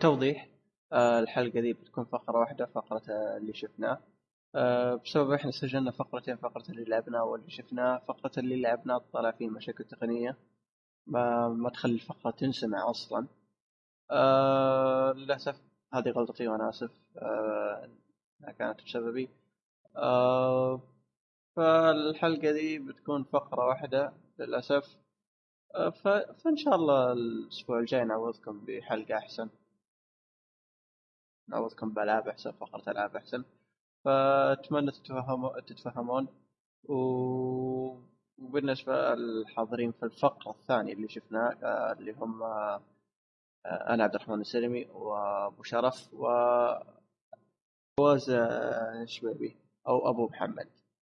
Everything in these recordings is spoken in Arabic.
توضيح. الحلقة دي بتكون فقرة واحدة، فقرة اللي شفناه. بسبب إحنا سجلنا فقرتين، فقرة اللي لعبناه واللي شفناه. فقرة اللي لعبناه طلع فيه مشاكل تقنية ما تخلي الفقرة تنسمع أصلا. للأسف هذه غلطتي وأنا آسف. كانت بسببي. فالحلقة دي بتكون فقرة واحدة للأسف. فإن شاء الله الأسبوع الجاي نعوضكم بحلقة أحسن، نعوضكم بألعاب أحسن، فقرة ألعاب أحسن. فأتمنى تتفهمون. وبالنسبة للحاضرين في الفقرة الثانية اللي شفناه، اللي هم أنا عبد الرحمن السلمي وأبو شرف وفواز شبيبي أو أبو محمد.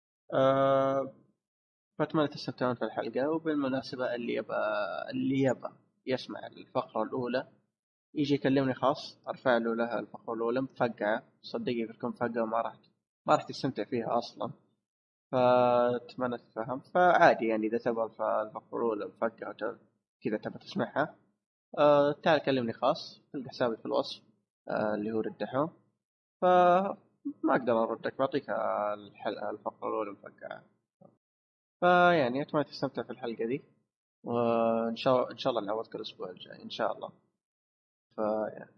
فأتمنى تستمتعون في الحلقة. وبالمناسبة اللي يبى يسمع الفقرة الأولى يجي يكلمني خاص، أرفع له لها الفقرة الأولى مفقعة، صدقني بتكون مفقعة وما راح تستمتع فيها أصلا. فأتمنى تفهم. فعادي يعني إذا تبغى الفقرة الأولى مفقعة كذا تبغى تسمعها، تعال كلمني خاص، تلقى حسابي في الوصف اللي هو ردحوم. فما أقدر أردك، بعطيك الفقرة الأولى مفقعة. فيعني أتمنى تستمتع في الحلقة دي، وإن شاء الله نعوضك الأسبوع الجاي إن شاء الله. فيعني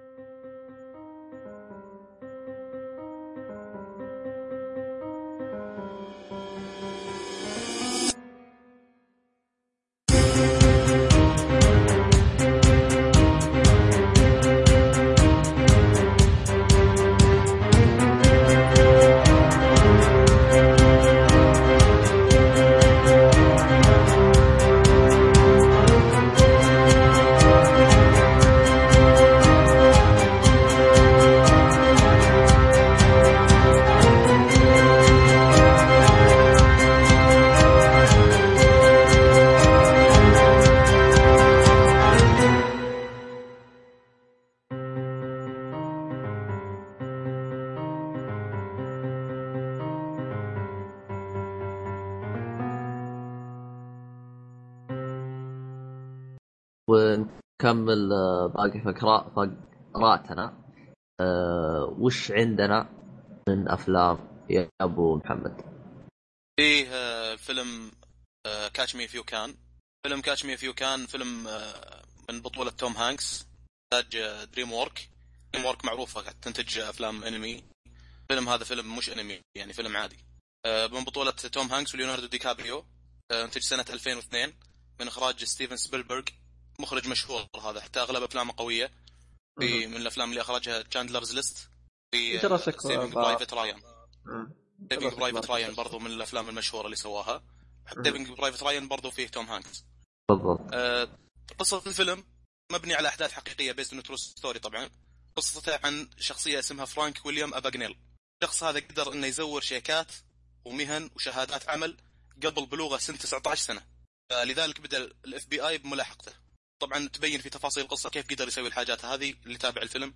ونكمل باقي فقراتنا. وش عندنا من أفلام يا أبو محمد؟ فيه فيلم كاتش مي إف يو كان. فيلم كاتش مي إف يو كان فيلم من بطولة توم هانكس، إنتاج دريم وورك معروفة تنتج أفلام أنمي. فيلم هذا فيلم مش أنمي، يعني فيلم عادي، من بطولة توم هانكس وليوناردو دي كابريو. انتج سنة 2002 من إخراج ستيفن سبيلبرغ، مخرج مشهور هذا، حتى أغلب أفلامه قوية. في من الأفلام اللي أخرجها تشاندلرز ليست، في سيفينج برايفت رايان. سيفينج برايفت رايان برضو من الأفلام المشهورة اللي سواها. حتى سيفينج برايفت رايان برضو فيه توم هانكس. بالضبط. قصة الفيلم مبني على أحداث حقيقية بيست اون ترو ستوري. طبعا قصته عن شخصية اسمها فرانك ويليام أباغنيل. الشخص هذا قدر إنه يزور شيكات ومهن وشهادات عمل قبل بلوغه سن 19 سنة، لذلك بدأ الاف بي اي بملاحقته. طبعا تبين في تفاصيل القصة كيف قدر يسوي الحاجات هذه اللي تابع الفيلم،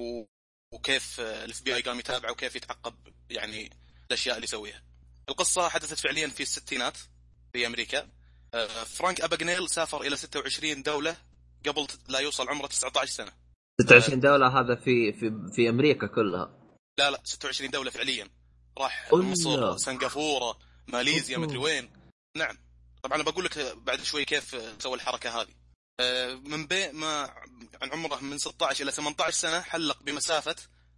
وكيف الاف بي اي قام يتابعه وكيف يتعقب يعني الأشياء اللي يسويها. القصة حدثت فعليا في الستينات في أمريكا. فرانك أباغنيل سافر إلى 26 دولة قبل لا يوصل عمره 19 سنة. 26 دولة هذا في أمريكا كلها؟ لا 26 دولة فعليا. راح مصر، سنغافورة، ماليزيا، مدري وين. نعم. طبعا أنا بقول لك بعد شوي كيف سوى الحركة هذه. من بين ما عن عمره من 16 إلى 18 سنة حلق بمسافة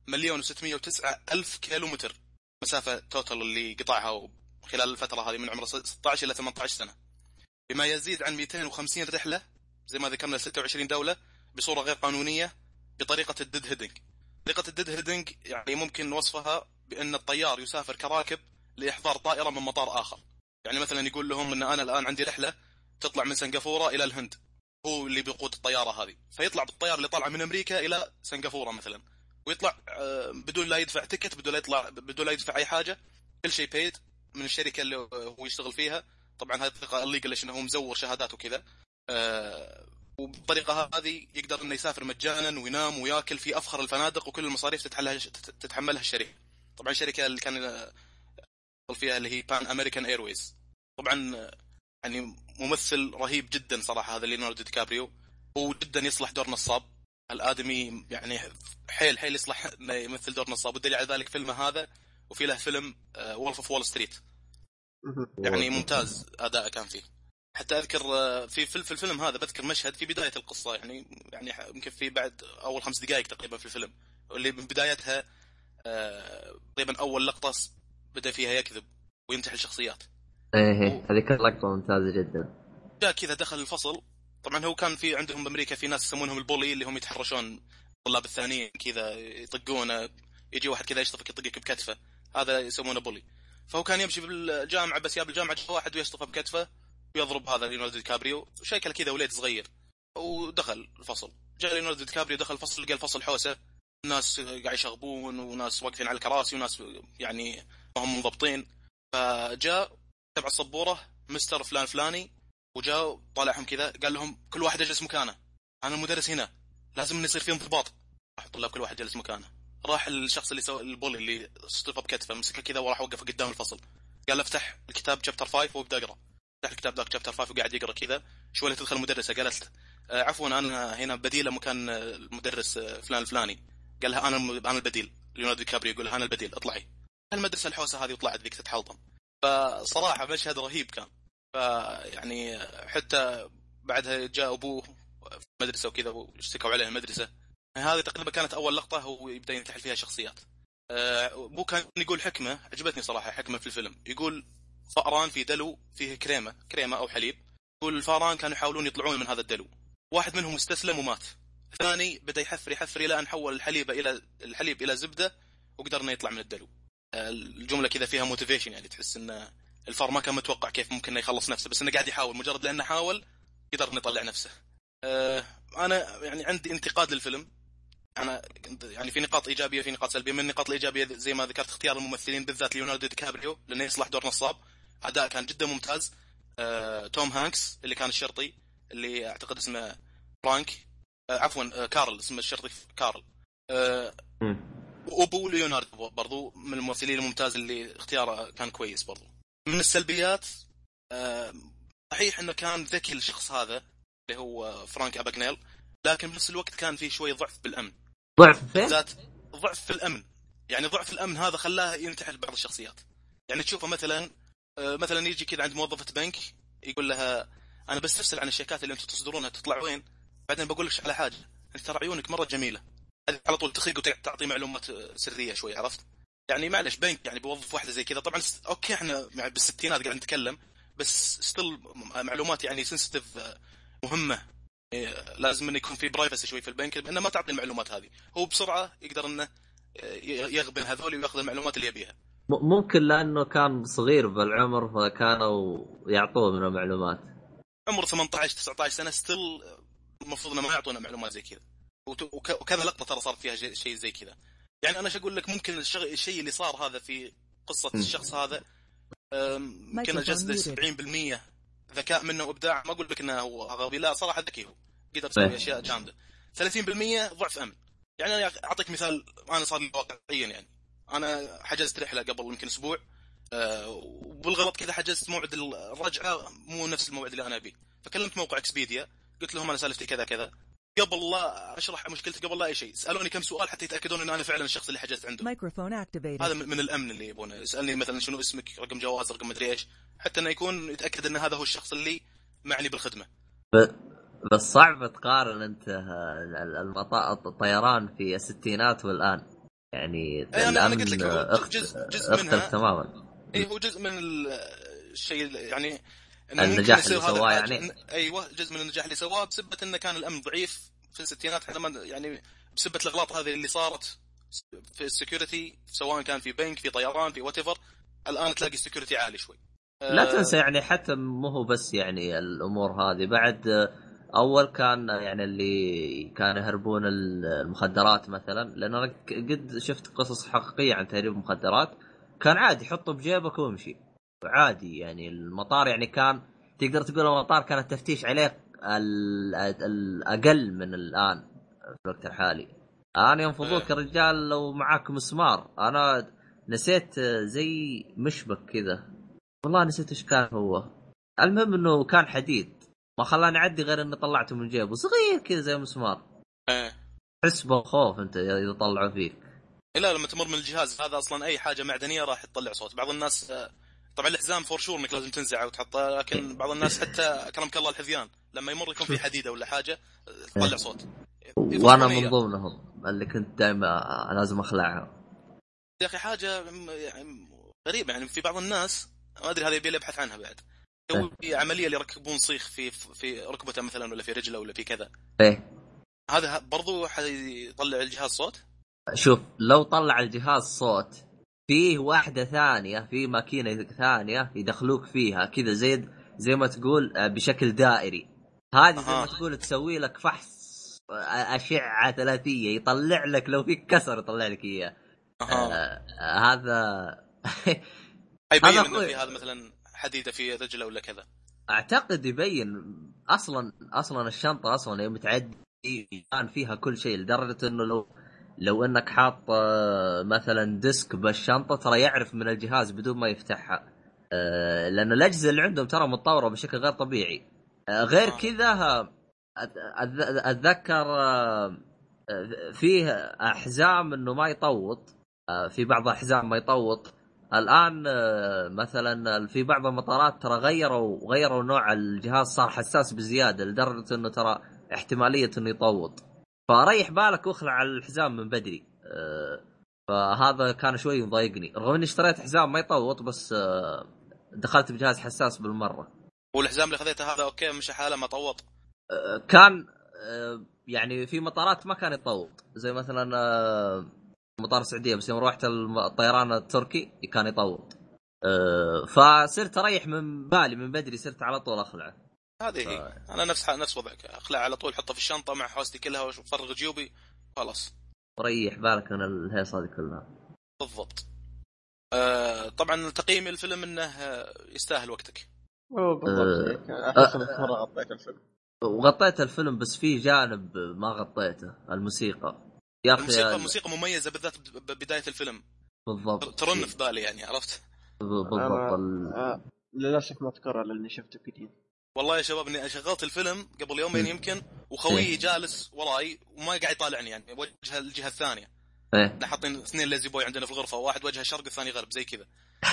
1,609,000 كيلومتر، مسافة توتال اللي قطعها خلال الفترة هذه من عمره 16 إلى 18 سنة، بما يزيد عن 250 رحلة زي ما ذكرنا 26 دولة بصورة غير قانونية بطريقة الديد هيدنج. طريقة الديد هيدنج يعني ممكن وصفها بأن الطيار يسافر كراكب لإحضار طائرة من مطار آخر. يعني مثلا يقول لهم أن أنا الآن عندي رحلة تطلع من سنغافورة إلى الهند، هو اللي بيقود الطيارة هذه، فيطلع بالطيارة اللي طالعة من أمريكا إلى سنغافورة مثلا، ويطلع بدون لا يدفع تيكت، بدون لا يدفع أي حاجة، كل شيء paid من الشركة اللي هو يشتغل فيها. طبعا هذه الطريقة الليجل لأنه هو مزور شهادات وكذا. وبالطريقة هذه يقدر إنه يسافر مجانا وينام ويأكل في أفخر الفنادق، وكل المصاريف تتحملها الشركة. طبعا الشركة اللي كان فيها اللي هي بان أمريكان إيرويز. طبعا يعني ممثل رهيب جدا صراحة هذا ليوناردو دي كابريو، هو جدا يصلح دور نصاب. الادمي يعني حيل يصلح انه يمثل دور نصاب. والدليل على ذلك فيلمه هذا، وفي له فيلم وولف اوف وول ستريت، يعني ممتاز اداءه كان فيه. حتى اذكر في الفيلم هذا بذكر مشهد في بدايه القصه، يعني يمكن في بعد اول 5 دقائق تقريبا في الفيلم، واللي من بدايتها تقريبا اول لقطه بدا فيها يكذب وينتحل شخصيات. ايه هذيك اللقطه ممتازه جدا. جاء كذا دخل الفصل، طبعا هو كان في عندهم بامريكا في ناس يسمونهم البولي، اللي هم يتحرشون الطلاب الثانيين كذا، يطقونه، يجي واحد كذا يشطفك يطقك بكتفه، هذا يسمونه بولي. فهو كان يمشي بالجامعه، بس ياب الجامعه جاء واحد ويشطفه بكتفه ويضرب هذا ليوناردو دي كابريو، شكله كذا وليد صغير، ودخل الفصل. جاء ليوناردو دي كابريو دخل الفصل، لقى الفصل حوسه، الناس قاعد يشغبون وناس واقفين على الكراسي وناس يعني ما هم منضبطين. فجاء تبع السبوره مستر فلان فلاني، وجاء طالعهم كذا قال لهم كل واحد يجلس مكانه، انا المدرس هنا، لازم يصير في انضباط. راح الطلاب كل واحد جلس مكانه. راح الشخص اللي سوى البولي اللي اصطفى بكتفه مسكه كذا وراح وقفه قدام الفصل، قال افتح الكتاب شابتر 5 وابدا اقرا. فتح الكتاب ذاك شابتر 5 وقاعد يقرا كذا. شويه تدخل المدرسه قالت عفوا انا هنا بديله مكان المدرس فلان الفلاني. قال لها انا البديل. ليوناردو دي كابريو يقول لها انا البديل اطلعي. المدرسه الحوسه هذه وطلعت ذيك تتحلطم. فصراحه مشهد رهيب كان. فيعني حتى بعدها جاء ابوه في المدرسه وكذا واشتكوا عليه المدرسه. هذه تقريبا كانت اول لقطه هو يبدا ينتحل فيها شخصيات. ابوه كان يقول حكمه عجبتني صراحه، حكمه في الفيلم. يقول فأران في دلو فيه كريمه او حليب. يقول الفاران كانوا يحاولون يطلعون من هذا الدلو، واحد منهم استسلم ومات، الثاني بدا يحفر الى ان حول الحليب الى زبده وقدرنا يطلع من الدلو. الجمله كذا فيها موتيفيشن، يعني تحس ان الفار ما كان متوقع كيف ممكن يخلص نفسه، بس انه قاعد يحاول، مجرد لانه حاول قدر يطلع نفسه. انا يعني عندي انتقاد للفيلم. انا يعني في نقاط ايجابيه وفي نقاط سلبيه. من النقاط الايجابيه زي ما ذكرت اختيار الممثلين، بالذات ليوناردو دي كابريو لانه يصلح دور نصاب، اداء كان جدا ممتاز. توم هانكس اللي كان الشرطي اللي اعتقد اسمه فرانك، عفوا كارل، اسمه الشرطي كارل. وابو ليوناردو برضو من الممثلين الممتاز اللي اختياره كان كويس برضو. من السلبيات صحيح انه كان ذكي الشخص هذا اللي هو فرانك اباغنيل، لكن بنفس الوقت كان في شوي ضعف بالامن. بالذات ضعف في الامن، يعني ضعف الامن هذا خلاه ينتحل بعض الشخصيات. يعني تشوفه مثلا يجي كذا عند موظفة بنك يقول لها انا بس تفصل عن الشيكات اللي انتم تصدرونها تطلع وين، بعدين بقول لك على حاجه، انت ترى عيونك مره جميله. على طول تخيق وتعطي معلومات سريه شوي، عرفت؟ يعني معلش بنك يعني بوظف واحده زي كذا. طبعا اوكي احنا يعني بالستينات قاعد نتكلم، بس ستيل معلومات يعني سنسيتيف مهمه، لازم انه يكون في برايفسي شوي في البنك، انه ما تعطي المعلومات هذه. هو بسرعه يقدر انه يغبن هذول وياخذ المعلومات اللي يبيها. ممكن لانه كان صغير بالعمر فكانوا يعطوه من المعلومات. عمره 18 19 سنه ستيل المفروض انه ما يعطونا معلومات زي كذا. وكذا لقطه ترى صار فيها شيء زي كذا. يعني انا اقول لك ممكن الشيء اللي صار هذا في قصه الشخص هذا ممكن اجسد 70% ذكاء منه وابداع. ما اقول لك انه هو غبي، لا صراحه ذكي، هو قدر يسوي اشياء جامده. 30% ضعف امن. يعني انا اعطيك مثال، انا صار لي واقعيا، يعني انا حجزت رحله قبل يمكن اسبوع، وبالغلط كذا حجزت موعد الرجعه مو نفس الموعد اللي انا ابيه. فكلمت موقع اكسبيديا قلت لهم انا سالفتي كذا كذا، قبل لا اشرح مشكلتي قبل لا اي شيء سالوني كم سؤال حتى يتاكدون ان انا فعلا الشخص اللي حجزت عنده. هذا من الامن اللي يبونه. يسالني مثلا شنو اسمك، رقم جواز، رقم مدري ايش، حتى انه يكون يتاكد ان هذا هو الشخص اللي معني بالخدمه. بس صعب تقارن انت الطيران في الستينات والان، يعني انا قلت لك هو جزء منها تماما. هو جزء من الشيء، يعني النجاح اللي سواه، يعني ايوه جزء من النجاح اللي سواه بسبب انه كان الامن ضعيف في الستينات. يعني بسبب الاغلاط هذه اللي صارت في السكيورتي، سواء كان في بنك، في طيران، في واتيفر. الان تلاقي السكيورتي عالي شوي. لا تنسى يعني حتى مو هو بس يعني الامور هذه، بعد اول كان يعني اللي كانوا يهربون المخدرات مثلا، لان انا قد شفت قصص حقيقيه عن تهريب المخدرات، كان عادي حطه بجيبك وامشي عادي. يعني المطار يعني كان تقدر تقول المطار كان التفتيش عليه الاقل من الان في الوقت الحالي. انا ينفضوك الرجال لو معاك مسمار. انا نسيت زي مشبك كذا، والله نسيت ايش كان هو. المهم انه كان حديد، ما خلاني اعدي غير اني طلعته من جيبه، صغير كذا زي مسمار. تحس بالخوف انت اذا طلعوا فيك. لا لما تمر من الجهاز هذا اصلا اي حاجه معدنيه راح تطلع صوت. بعض الناس طبعا الحزام فور شور انك لازم تنزعه وتحطه، لكن بعض الناس حتى كرمك الله الحذيان لما يمر يكون في حديده ولا حاجه تطلع صوت. وانا من ضمنهم اللي كنت دائما لازم اخلعها. يا اخي حاجه يعني غريبه، يعني في بعض الناس ما ادري هذا يبي له يبحث عنها بعد، يسوي عمليه اللي يركبون صيخ في ركبته مثلا ولا في رجله ولا في كذا. ايه هذا برضو حيطلع الجهاز صوت. شوف لو طلع الجهاز صوت فيه واحدة ثانية، في ماكينة ثانية يدخلوك فيها كذا زي ما تقول بشكل دائري. هذه زي ما تقول تسوي لك فحص أشعة ثلاثية، يطلع لك لو فيك كسر يطلع لك إياه. هذا يبين إنه في هذا مثلا حديدة في رجله ولا كذا. أعتقد يبين. أصلا الشنطة أصلا يوم تعدي كان فيها كل شيء، لدرجة إنه لو انك حاط مثلا ديسك بالشنطه ترى يعرف من الجهاز بدون ما يفتحها، لان الاجهزه اللي عندهم ترى متطوره بشكل غير طبيعي. غير كذا اتذكر فيه احزام انه ما يطوط، في بعض الاحزام ما يطوط الان. مثلا في بعض المطارات ترى غيروا نوع الجهاز، صار حساس بزياده لدرجه انه ترى احتماليه انه يطوط. فريح بالك واخلع الحزام من بدري. فهذا كان شوي مضايقني، رغم اني اشتريت حزام ما يطوط، بس دخلت بجهاز حساس بالمره. والحزام اللي خذيته هذا اوكي مش حاله ما طوط؟ كان يعني في مطارات ما كان يطوط، زي مثلا مطار السعوديه، بس يوم رحت الطيران التركي كان يطوط. فصرت اريح من بالي من بدري، صرت على طول اخلعه. هذه هي. انا نفس وضعك، اخلع على طول، حطه في الشنطه مع حوستي كلها وفرغ جيوبي خلاص، ريح بالك من الهيصه هذه كلها. بالضبط. طبعا تقييم الفيلم انه يستاهل وقتك. بالضبط. احس انك مره غطيت الفيلم. وغطيت الفيلم، بس في جانب ما غطيته، الموسيقى يا اخي. الموسيقى مميزه بالذات بدايه الفيلم، بالضبط ترن في بالي يعني، عرفت؟ بالضبط. للاسف ما اذكرها لاني شفته كثير. والله يا شباب اني شغلت الفيلم قبل يومين يمكن، وخويي جالس وراي وما قاعد يطالعني، يعني وجه الجهه الثانيه. احنا حاطين اثنين ليزي بوي عندنا في الغرفه، واحد وجهه شرق الثاني غرب زي كذا.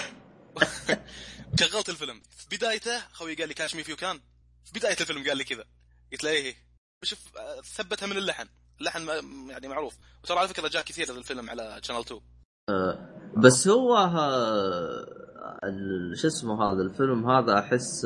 شغلت الفيلم في بدايته، خوي قال لي كاش مي فيو كان في بدايه الفيلم قال لي كذا، قلت له ايه، شوف ثبتها من اللحن يعني معروف. وترى على فكره جاء كثير الفيلم على شانل 2. بس هو شو اسمه هذا الفيلم هذا، احس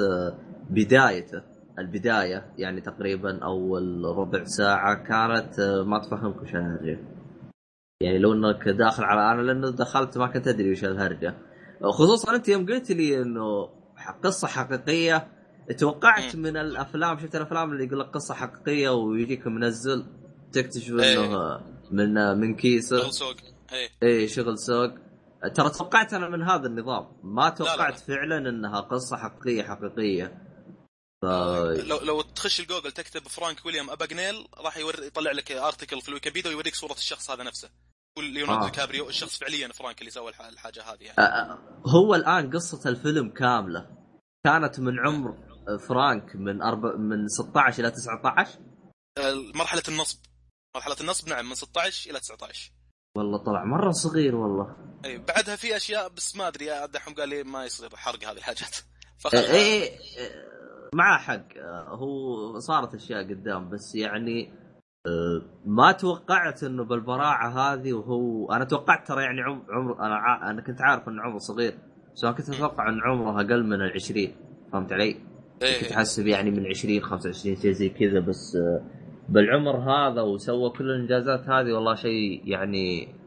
البدايه يعني تقريبا اول ربع ساعه كانت ما تفهمك وش الهرجه. يعني لو انك داخل على انا لانه دخلت ما كنت ادري وش الهرجه، خصوصا انت يوم قلت لي انه قصه حقيقيه. توقعت من الافلام، شفت الافلام اللي يقول لك قصه حقيقيه ويجيك منزل تكتشف انه من كيسه شغل سوق. ايه شغل سوق. ترى توقعت انا من هذا النظام، ما توقعت لا. فعلا انها قصه حقيقيه. لو تخش الجوجل تكتب فرانك ويليام اباغنيل راح يطلع لك ارتكل في الويكيبيديا ويوريك صوره الشخص هذا نفسه، ليوناردو كابريو الشخص فعليا فرانك اللي سوى الحاجه هذه يعني. هو الان قصه الفيلم كامله كانت من عمر فرانك من 16 الى 19. مرحله النصب نعم، من 16 الى 19. والله طلع مره صغير والله. اي بعدها في اشياء بس ما ادري، دحوم قال لي ما يصير حرق هذه الحاجات. اي معاه حق، هو صارت اشياء قدام، بس يعني ما توقعت انه بالبراعه هذه. وهو انا توقعت ترى يعني عمر انا كنت عارف ان عمره صغير، بس كنت اتوقع ان عمره اقل من 20. فهمت علي؟ كنت احسب يعني من 20 25 شيء زي كذا، بس بالعمر هذا وسوى كل الانجازات هذه، والله شيء يعني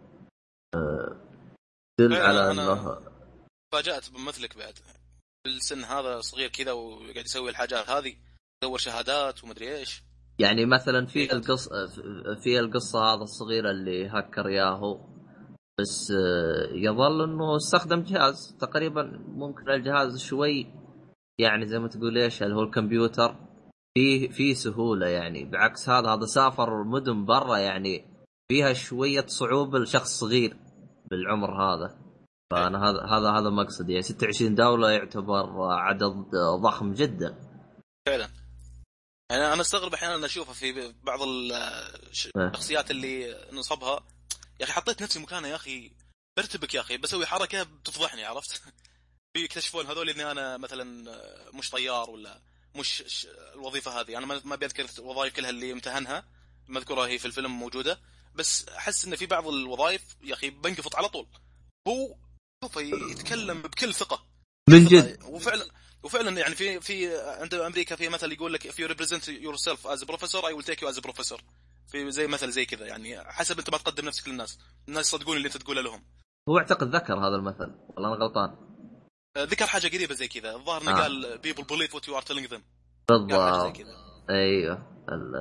دل على انه فاجأت بمثلك بعد بالسن هذا صغير كذا وقاعد يسوي الحاجات هذه، يدور شهادات ومدري ايش. يعني مثلا في القصة هذا الصغير اللي هكر ياهو، بس يظل انه استخدم جهاز تقريبا ممكن الجهاز شوي يعني زي ما تقول ايش اللي هو الكمبيوتر فيه سهولة، يعني بعكس هذا سافر مدن برا يعني فيها شوية صعوبة لشخص صغير بالعمر هذا. فأنا هذا مقصدي، يعني 26 دولة يعتبر عدد ضخم جدا فعلا. يعني انا استغرب احيانا اشوفها في بعض الشخصيات اللي نصبها، يا اخي حطيت نفسي مكانه يا اخي، برتبك يا اخي، بسوي حركه بتفضحني، عرفت؟ بيكتشفون هذول اني انا مثلا مش طيار ولا مش الوظيفه هذه. انا ما بذكر الوظائف كلها اللي امتهنها مذكوره هي في الفيلم موجوده، بس احس ان في بعض الوظائف يا اخي بنقفط على طول. هو شوف يتكلم بكل ثقه من جد. وفعلا يعني في عند امريكا في مثل يقول لك if you represent yourself as a professor I will take you as a professor. في زي مثل زي كذا، يعني حسب انت ما تقدم نفسك للناس، الناس يصدقون اللي انت تقوله لهم. هو اعتقد ذكر هذا المثل ولا انا غلطان؟ ذكر حاجه قريبه زي كذا، الظاهر انه قال people believe what you are telling them. قال حاجه زي كذا. ايوه.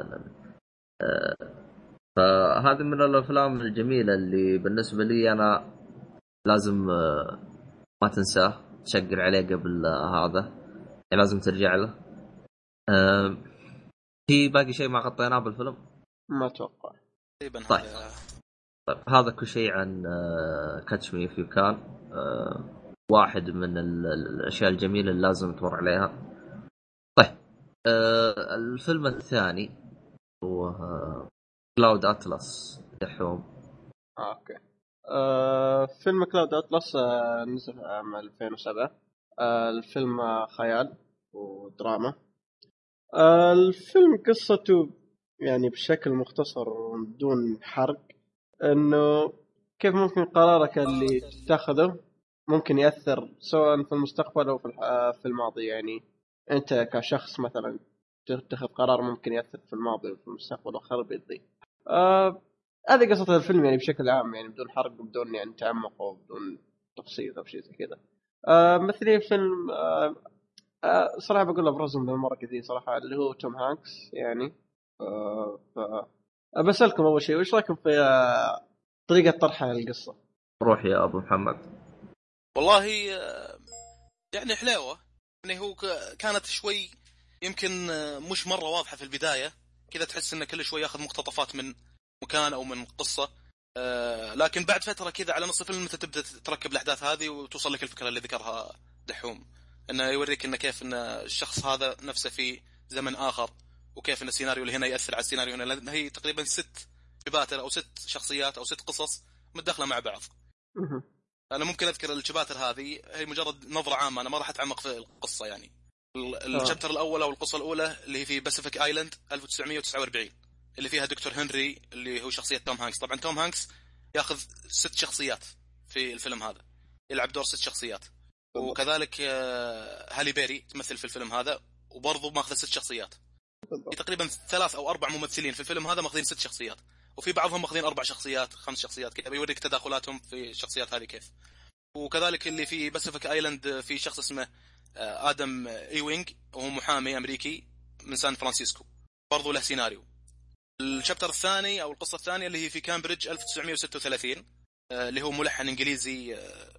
فهذه من الافلام الجميله اللي بالنسبه لي انا لازم ما تنساه، تشقر عليه قبل هذا، يعني لازم ترجع له. في باقي شيء ما غطيناه بالفيلم؟ ما اتوقع. طيب هذا كل شيء عن كاتش مي إف يو كان. واحد من الاشياء الجميله اللي لازم تمر عليها. طيب الفيلم الثاني هو كلاود أطلس دحوم. اوكي. فيلم كلاود أطلس نزل عام 2007. الفيلم خيال ودراما. الفيلم قصته يعني بشكل مختصر بدون حرق انه كيف ممكن قرارك اللي تتخذه ممكن يأثر سواء في المستقبل او في الماضي. يعني انت كشخص مثلا تتخذ قرار ممكن يأثر في الماضي وفي المستقبل وخرب يضيع. هذه قصة الفيلم يعني بشكل عام، يعني بدون حرق وبدون يعني تعمق وبدون تفصيل او شيء زي كذا. مثلي فيلم صراحة بقول أبرزهم من مرة كثير صراحة اللي هو توم هانكس يعني. بسألكم أول شيء وش رأيكم في طريقة طرح القصة؟ روح يا أبو محمد. والله يعني حلاوة، يعني هو كانت شوي يمكن مش مرة واضحة في البداية كذا، تحس إنه كل شوي ياخذ مقتطفات من مكان أو من قصة، لكن بعد فترة كذا على نص الفيلم أنت تبدأ تركب الأحداث هذه وتوصل لك الفكرة اللي ذكرها دحوم، إنه يوريك إنه كيف إن الشخص هذا نفسه في زمن آخر، وكيف إن السيناريو اللي هنا يأثر على السيناريو هنا، لأن هي تقريبا 6 شباتر أو 6 شخصيات أو 6 قصص متداخلة مع بعض. أنا ممكن أذكر الشباتر هذه هي مجرد نظرة عامة، أنا ما راح أتعمق في القصة. يعني الشابتر الأول أو القصة الأولى اللي هي في باسيفيك آيلاند 1949 اللي فيها دكتور هنري اللي هو شخصية توم هانكس. طبعا توم هانكس ياخذ 6 شخصيات في الفيلم هذا، يلعب دور 6 شخصيات، وكذلك هالي بيري تمثل في الفيلم هذا وبرضه ماخذ 6 شخصيات. تقريبا 3 أو 4 ممثلين في الفيلم هذا ماخذين 6 شخصيات، وفي بعضهم ماخذين 4 شخصيات 5 شخصيات كذا، بيوريك تداخلاتهم في الشخصيات هذه كيف. وكذلك اللي في باسيفيك آيلاند في شخص اسمه آدم إيوينغ وهو محامي أمريكي من سان فرانسيسكو، برضو له سيناريو. الشابتر الثاني أو القصة الثانية اللي هي في كامبريدج 1936 اللي هو ملحن إنجليزي،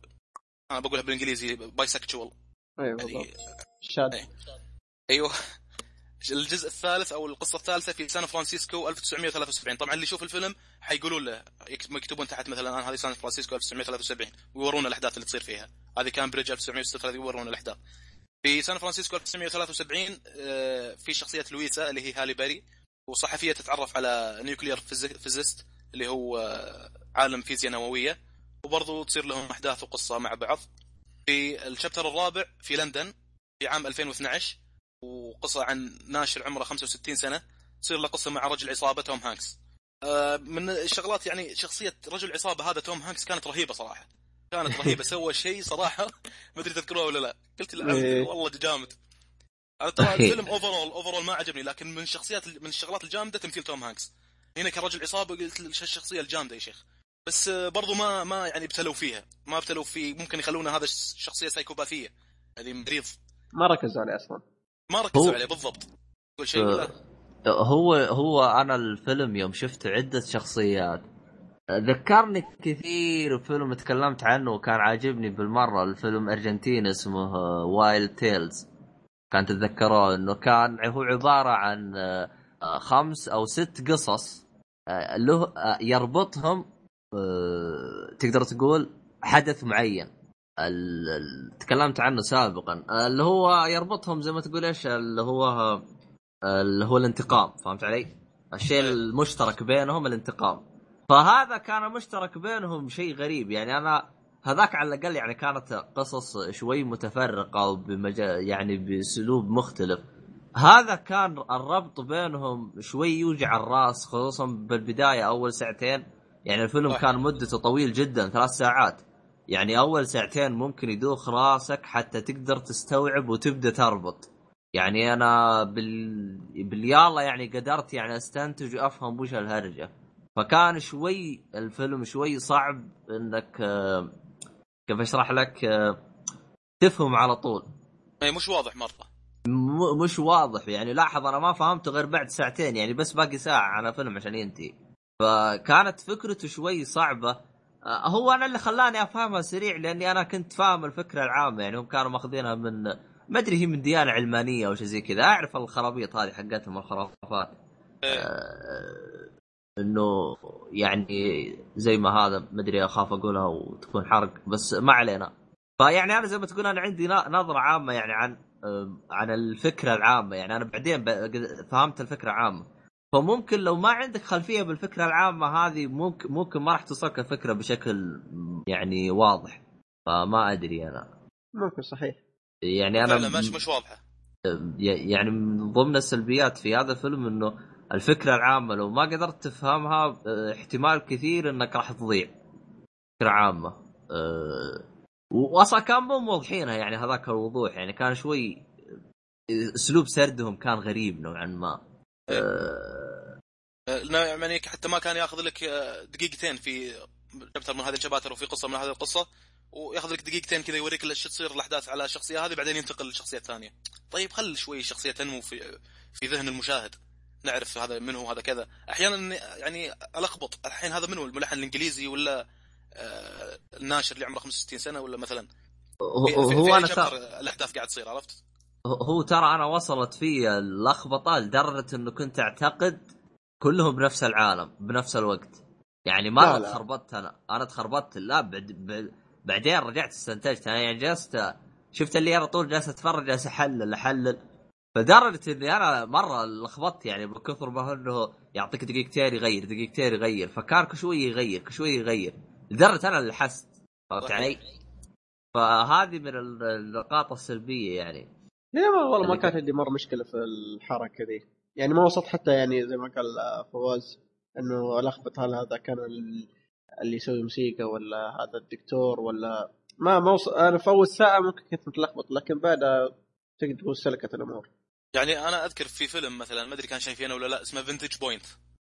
أنا بقولها بالإنجليزي بايسكشوال. أيوة يعني شاد. أيوه. الجزء الثالث أو القصة الثالثة في سان فرانسيسكو 1973. طبعا اللي يشوف الفيلم حيقولوا له يكتبون تحت مثلا هذه سان فرانسيسكو 1973 ويورون الأحداث اللي تصير فيها. هذه كامبريدج 1936 ويورون الأحداث. في سان فرانسيسكو 1973 في شخصية لويسا اللي هي هالي بيري، وصحفية تتعرف على نيوكلير فيزيست اللي هو عالم فيزياء نووية، وبرضو تصير لهم أحداث وقصة مع بعض. في الشابتر الرابع في لندن في عام 2012 وقصة عن ناشر عمره 65 سنة، تصير له قصة مع رجل عصابة توم هانكس. من الشغلات يعني شخصية رجل عصابة هذا توم هانكس كانت رهيبة صراحة، كانت رهيبة. سوى شيء صراحة ما أدري تذكروه ولا لا، قلت والله جامد. أنا ترى الفيلم أوفرول ما عجبني، لكن من الشغلات الجامدة تمثيل توم هانكس هنا كرجل عصابة. قلت الشخصية الجامدة يا شيخ، بس برضو ما يعني ابتلوا فيها، ما ابتلوا في ممكن يخلونا هذا الشخصية سايكوباثية، هذه مريض، ما ركزوا عليه أصلا، ما ركزوا عليه بالضبط كل شيء. ولا هو أنا الفيلم يوم شفت عدة شخصيات ذكرني كثير فيلم تكلمت عنه وكان عاجبني بالمرة، الفيلم أرجنتيني اسمه وايلد تيلز. كان تتذكروه انه كان هو عبارة عن 5 أو 6 قصص له يربطهم تقدر تقول حدث معين تكلمت عنه سابقا، اللي هو يربطهم زي ما تقول ايش اللي هو اللي هو الانتقام، فهمت علي؟ الشيء المشترك بينهم الانتقام. فهذا كان مشترك بينهم شيء غريب يعني. انا هذاك على الاقل يعني كانت قصص شوي متفرقه يعني باسلوب مختلف. هذا كان الربط بينهم شوي يوجع الراس، خصوصا بالبدايه اول ساعتين. يعني الفيلم كان مدته طويل جدا 3 ساعات. يعني اول ساعتين ممكن يدوخ راسك حتى تقدر تستوعب وتبدا تربط. يعني انا باليالله يعني قدرت يعني استنتج وافهم وش الهرجه. فكان شوي الفيلم شوي صعب انك كيف اشرح لك تفهم على طول. مش واضح مره، مش واضح يعني. لاحظ انا ما فهمته غير بعد ساعتين، يعني بس باقي ساعه على فيلم عشان ينتهي. فكانت فكرته شوي صعبه. هو انا اللي خلاني افهمها سريع لاني انا كنت فاهم الفكره العامه. يعني هم كانوا ماخذينها من ما ادري هي من ديانه علمانيه او شيء زي كذا. اعرف الخرابيط هذه حقتهم الخرافات. انه يعني زي ما هذا ما ادري اخاف اقولها وتكون حرق بس ما علينا. فيعني انا زي ما تقول انا عندي نظره عامه يعني عن الفكره العامه. يعني انا بعدين فهمت الفكره العامه. فممكن لو ما عندك خلفيه بالفكره العامه هذه ممكن ما راح توصلك الفكره بشكل يعني واضح. فما ادري انا ممكن صحيح يعني انا مش واضحه. يعني من ضمن السلبيات في هذا الفيلم انه الفكره العامه لو ما قدرت تفهمها احتمال كثير انك راح تضيع فكره عامه. واصلا كان مو موضحينها يعني هذاك الوضوح. يعني كان شوي اسلوب سردهم كان غريب نوعا ما. يعني حتى ما كان ياخذ لك دقيقتين في شابتر من هذه الشباتر وفي قصه من هذه القصه وياخذ لك دقيقتين كذا يوريك ايش تصير الاحداث على الشخصيه هذه بعدين ينتقل للشخصيه الثانيه. طيب خل شوي الشخصيه تنمو في ذهن المشاهد، نعرف هذا من هو هذا كذا. احيانا يعني الخبط الحين هذا منو الملحن الانجليزي ولا الناشر اللي عمره 65 سنه ولا مثلا هو انا الاحداث قاعد تصير. عرفت؟ هو ترى انا وصلت في اللخبطه لدرجه انه كنت اعتقد كلهم بنفس العالم بنفس الوقت. يعني ما تخربطت انا تخربطت. لا بعدين رجعت استنتجت. انا يعني جلست شفت اللي انا طول جالس اتفرج جالس احلل فدرجه اني انا مره لخبطت. يعني بكثر ما انه يعطيك دقيقتين يغير فكان كشوي يغير لدرجه انا اللي حست. فهمت علي؟ فهذه من النقاط السلبيه يعني. لا والله ما كانت عندي مره مشكله في الحركه دي. يعني ما وصلت حتى يعني زي ما قال فواز انه الخبط هل هذا كان اللي يسوي موسيقى ولا هذا الدكتور ولا ما وصل. انا في اول ساعه ممكن كنت متلخبط لكن بعدها تقدر تقول سلكت الامور. يعني انا اذكر في فيلم مثلا ما ادري كان شايفينه ولا لا اسمه فينتج بوينت.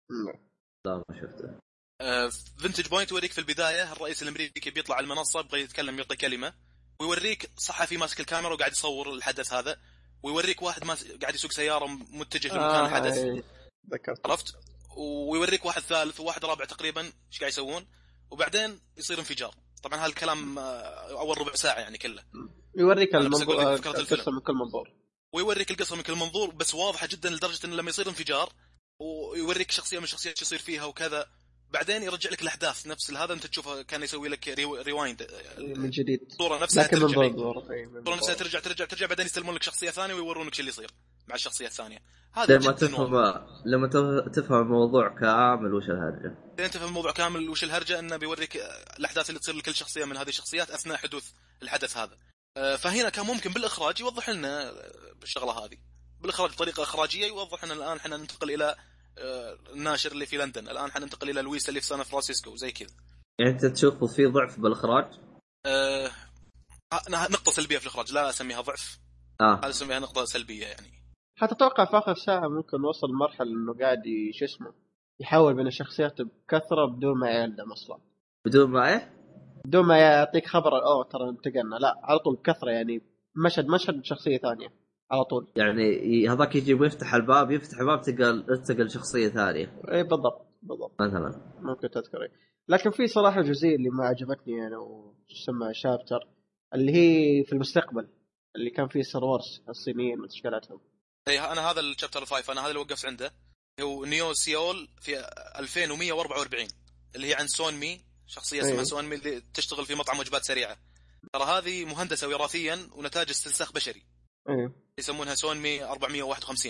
لا ما شفته. فينتج بوينت يوريك في البدايه الرئيس الامريكي بيطلع على المنصه يبغى يتكلم يعطي كلمه ويوريك صحفي ماسك الكاميرا وقاعد يصور الحدث هذا ويوريك واحد قاعد يسوق سياره متجه لمكان الحدث. عرفت؟ ويوريك واحد ثالث وواحد رابع تقريبا ايش قاعد يسوون وبعدين يصير انفجار. طبعا هالكلام اول ربع ساعه يعني كله يوريك القصه من كل منظور ويوريك القصه من كل منظور بس واضحه جدا لدرجه ان لما يصير انفجار ويوريك شخصيه من الشخصيات يصير فيها وكذا بعدين يرجع لك الاحداث نفس هذا انت تشوفه كان يسوي لك ريوايند من جديد الصوره نفسها ترجع الصوره نفسها ترجع بعدين يستلمون لك شخصيه ثانيه ويورونك شو اللي يصير مع الشخصيه الثانيه. هذا لما تفهم الموضوع كامل وش الهرجه. انت تفهم الموضوع كامل وش الهرجه انه بيوريك الاحداث اللي تصير لكل شخصيه من هذه الشخصيات اثناء حدوث الحدث هذا. فهنا كان ممكن بالاخراج يوضح لنا بالشغله هذه بالاخراج بطريقه اخراجيه يوضح لنا الان احنا ننتقل الى الناشر اللي في لندن الان حننتقل الى لويس اللي في سان فرانسيسكو زي كذا. يعني انت تشوف في ضعف بالاخراج؟ نقطه سلبيه في الاخراج لا اسميها ضعف. هذا اسميها نقطه سلبيه يعني. حتى اتوقع في اخر ساعه ممكن وصل مرحله انه قاعد يحاول بين الشخصيات بكثره بدون ما يعلم اصلا بدون ما يعطيك خبر ترى انتقلنا لا على طول بكثره. يعني مشهد شخصيه ثانيه على طول. يعني هذاك يجي ويفتح الباب تنتقل شخصيه ثانيه. اي بالضبط مثلا ممكن تذكري. لكن في صراحه جزئيه اللي ما عجبتني يعني وتسمى شابتر اللي هي في المستقبل اللي كان فيه ستار وارز الصينيين وتشكيلاتهم. اي انا هذا الشابتر 5 انا هذا اللي وقفت عنده هو نيو سيول في 2144 اللي هي عن سون مي شخصيه اسمها سون مي اللي تشتغل في مطعم وجبات سريعه. ترى هذه مهندسه وراثيا ونتاج استنساخ بشري. يسمونها سون مي 451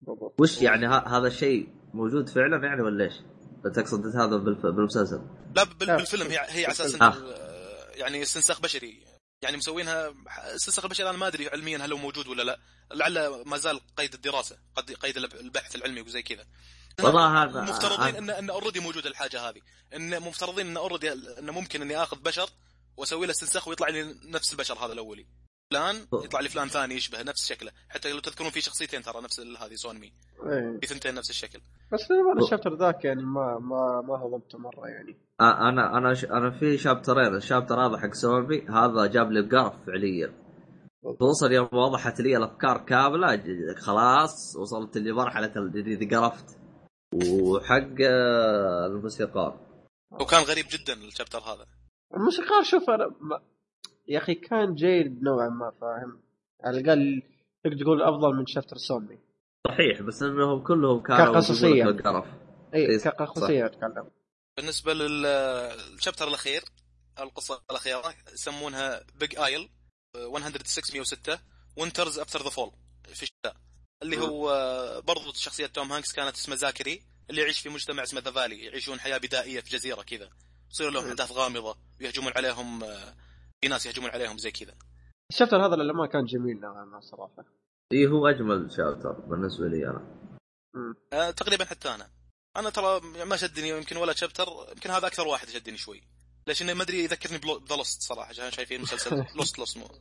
بالضبط. وش يعني هذا الشيء موجود فعلا يعني ولا ايش؟ تقصد هذا بالمسلسل؟ لا بالفيلم هي على اساس يعني استنساخ بشري، يعني مسوينها استنساخ بشري. انا ما ادري علميا هل هو موجود ولا لا، لعل ما زال قيد الدراسه، قيد البحث العلمي وزي كذا. والله هذا مفترضين ان اوريدي موجوده الحاجه هذه، ان مفترضين ان اوريدي ان ممكن اني اخذ بشر واسوي له استنساخ ويطلع لي نفس البشر هذا الاولي، فلان يطلع لي فلان ثاني يشبه نفس شكله. حتى لو تذكرون في شخصيتين ترى نفس هذه سونمي، في ثنتين نفس الشكل. بس انا الشابتر ذاك يعني ما هضمته مره يعني. انا في شابترين، الشابتر هذا حق سونمي هذا جاب لي بقرف فعليا، خصوصا يوم وضحت لي الافكار كامله خلاص وصلت لمرحله الجديد قرفت. وحق الموسيقار وكان غريب جدا الشابتر هذا. الموسيقار شوف انا يا اخي كان جيد نوعا ما، فاهم؟ على الاقل تقول افضل من شابتر سونمي صحيح، بس انهم كلهم كانوا كقصصيا قرف. اي كقصصيا اتكلم. بالنسبه للشابتر الاخير، القصه الاخيره يسمونها بيج ايل 106 وينترز افتر ذا فول في الشتاء، اللي هو برضو شخصيه توم هانكس كانت اسمه زاكري، اللي يعيش في مجتمع اسمه ذا فالي، يعيشون حياه بدائيه في جزيره كذا، يصير لهم احداث غامضه ويهجمون عليهم، في ناس يهجمون عليهم زي كذا. الشابتر هذا لما كان جميل نوعا ما صراحه. ايه هو اجمل شابتر بالنسبه لي انا. تقريبا حتى انا ترى ما شدني يمكن ولا شابتر، يمكن هذا اكثر واحد شدني شوي، ليش انه ما ادري يذكرني بذا لوست صراحه، عشان شايفين مسلسل لوست مو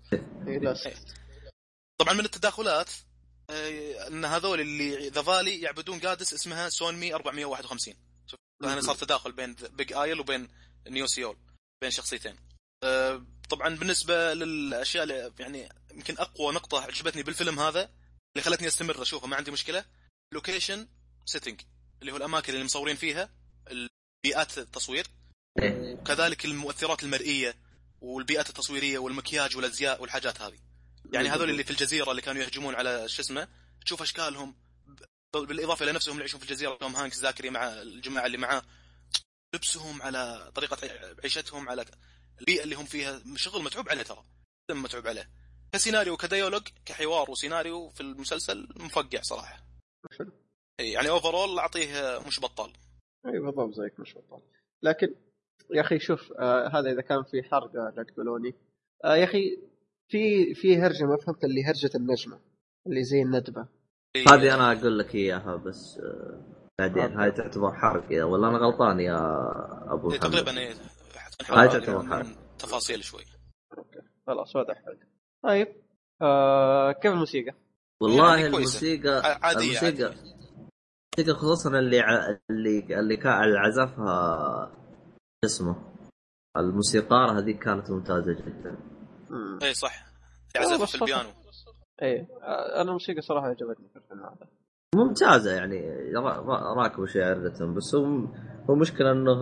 طبعا من التداخلات ان هذول اللي ذا فالي يعبدون قادس اسمها سونمي 451. شوف هنا صار تداخل بين بيج ايل وبين نيو سيول، بين شخصيتين. طبعا بالنسبه للاشياء اللي يعني يمكن اقوى نقطه عجبتني بالفيلم هذا اللي خلتني استمر اشوفه ما عندي مشكله، لوكيشن سيتنج، اللي هو الاماكن اللي مصورين فيها، البيئات التصوير، وكذلك المؤثرات المرئيه والبيئات التصويريه والمكياج والازياء والحاجات هذه. يعني هذول اللي في الجزيره اللي كانوا يهجمون على شو اسمه، تشوف اشكالهم بالاضافه الى نفسهم اللي يعيشون في الجزيره، توم هانكس زاكري مع الجماعه اللي معاه، لبسهم على طريقه عيشتهم على البيئه اللي هم فيها، شغل متعوب عليه ترى، متعوب عليه كسيناريو كديالوج كحوار وسيناريو في المسلسل مفقع صراحه. يعني اوفرول اعطيه مش بطال. اي بالضبط زيك مش بطال. لكن يا اخي شوف هذا اذا كان في حرق لا تقولوني يا اخي في هرجه ما فهمت، اللي هرجه النجمه اللي زي الندبه هذه انا اقول لك اياها بس بعدين هاي تعتبر حرق ولا انا غلطان يا ابو محمد؟ تقريبا هاي تعتبر حرق، تفاصيل شوي. اوكي خلاص واضح حرق. طيب كيف الموسيقى؟ والله يعني الموسيقى عادية. الموسيقى خصوصا اللي كان عزفها اسمه الموسيقار هذه كانت ممتازه جدا. اي صح، يعزف في البيانو. اي انا الموسيقى صراحه عجبتني في الفيلم هذا، ممتازه يعني راكب شعرتهم، بس هو مشكله انه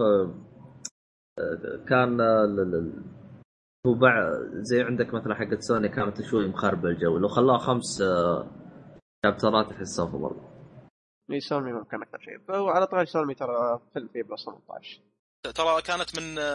كان هو زي عندك مثلا حقت سوني كانت شوي مخربه الجو، لو خلاها 5 شابترات احس افضل. سوني ممكن اكثر شيء. فهو على طول سوني ترى فيلم فيه بلس 18 ترى كانت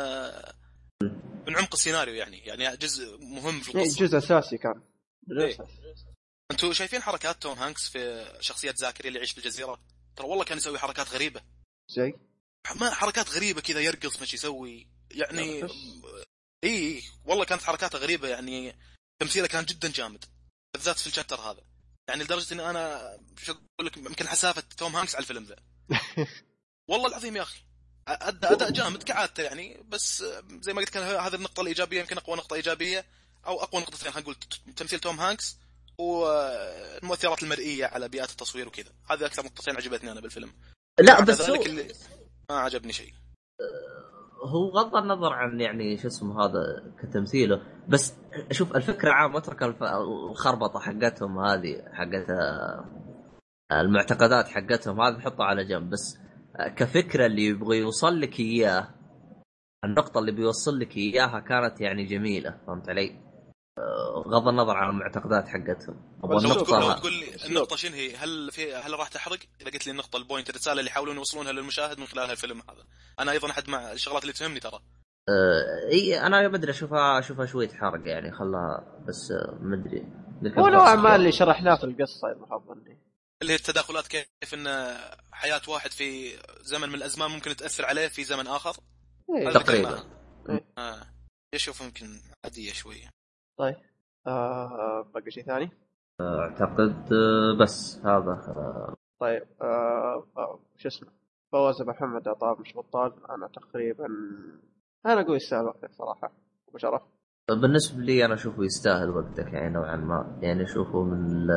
من عمق السيناريو، يعني جزء مهم في القصه، جزء اساسي كان. انتوا شايفين حركات توم هانكس في شخصيه زاكري اللي يعيش في الجزيره؟ ترى والله كان يسوي حركات غريبه، زي ما حركات غريبه كذا، يرقص مش يسوي يعني اي والله كانت حركاته غريبه، يعني تمثيله كان جدا جامد بالذات في الشابتر هذا، يعني لدرجه ان انا شو اقول لك يمكن حسافه توم هانكس على الفيلم ذا. والله العظيم يا اخي اداء جامد كعادته يعني، بس زي ما قلت كان هذه النقطه الايجابيه، يمكن اقوى نقطه ايجابيه او اقوى نقطتين خلينا نقول، تمثيل توم هانكس والمؤثرات المرئيه على بيئات التصوير وكذا، هذه اكثر نقطتين عجبتني انا بالفيلم. لا بس هو اللي ما عجبني شيء، هو غض النظر عن يعني شو اسمه هذا كتمثيله، بس شوف الفكره عام، اترك الخربطه حقتهم هذه حقت المعتقدات حقتهم هذه نحطها على جنب، بس كفكره اللي يبغى يوصل لك اياه، النقطه اللي بيوصل لك اياها كانت يعني جميله، فهمت علي؟ غض النظر عن المعتقدات حقتهم. تقول لي النقطه شنو هي؟ هل راح تحرق اذا قلت لي النقطه البوينت الرساله اللي يحاولون يوصلونها للمشاهد من خلال الفيلم هذا؟ انا ايضا احد مع الشغلات اللي تهمني ترى. اي انا ما ادري اشوفها شويه حرق يعني، خلاها بس ما ادري. هو نوع ما اللي شرحناه في القصه المحضر لي اللي هي التداخلات، كيف ان حياة واحد في زمن من الازمان ممكن تأثر عليه في زمن اخر. إيه. تقريبا. يشوف يمكن عادية شوية. طيب بقى شيء ثاني اعتقد بس هذا. طيب شو اسمه فواز محمد عطاب مش بطال. انا تقريبا انا اقول يستاهل وقتك صراحه وبشرف. بالنسبة لي أنا أشوفه يستاهل وقتك يعني نوعا ما، يعني أشوفه من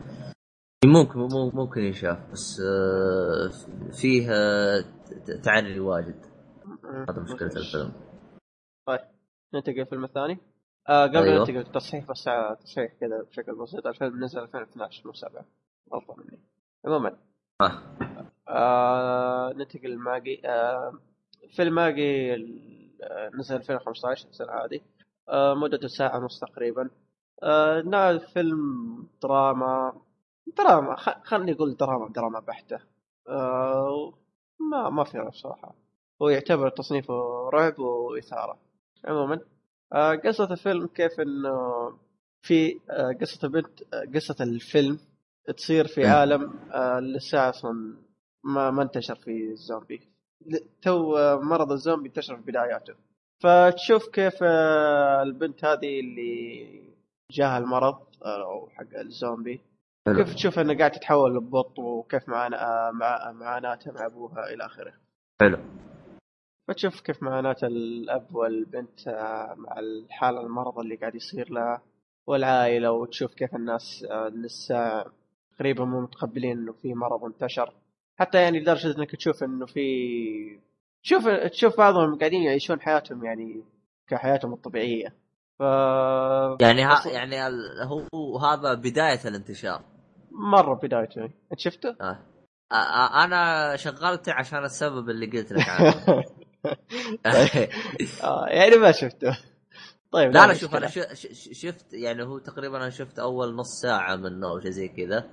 ممكن يشاف، بس فيه تعري واجد. هذا مشكلة الفيلم. طيب ننتقل الفيلم الثاني. قبل أيوه. ننتقل التصحيح بس تصحيح كذا بشكل بسيط. الفيلم نزل 2012 مو 7 غلطة مني. عموما ننتقل ماجي. فيلم ماجي نزل 2015 السنة هذه. مدته ساعة ونص تقريبا. فيلم دراما خلني أقول دراما بحتة. ما في صراحة. هو يعتبر تصنيفه رعب وإثارة. عموما قصة الفيلم كيف إنه في قصة الفيلم تصير في عالم لسه أصلا ما انتشر فيه الزومبي. تو مرض الزومبي انتشر في بداياته. فتشوف كيف البنت هذه اللي جاها المرض أو حق الزومبي كيف تشوف انه قاعد تتحول لبط وكيف معاناتها مع ابوها الى اخره. حلو. فتشوف كيف معاناة الاب والبنت مع الحالة المرض اللي قاعد يصير لها والعائلة، وتشوف كيف الناس لسه تقريبا مو متقبلين انه في مرض انتشر. حتى يعني لدرجة انك تشوف انه في تشوف بعضهم قاعدين يعيشون حياتهم يعني كحياتهم الطبيعية. يعني يعني هو هذا بداية الانتشار مرة بدايته. انت شفته؟ انا شغلته عشان السبب اللي قلت لك عنه. يعني ما شفته. طيب لا انا شوف، انا شفت يعني هو تقريبا انا شفت اول نص ساعة منه او شيء زي كذا.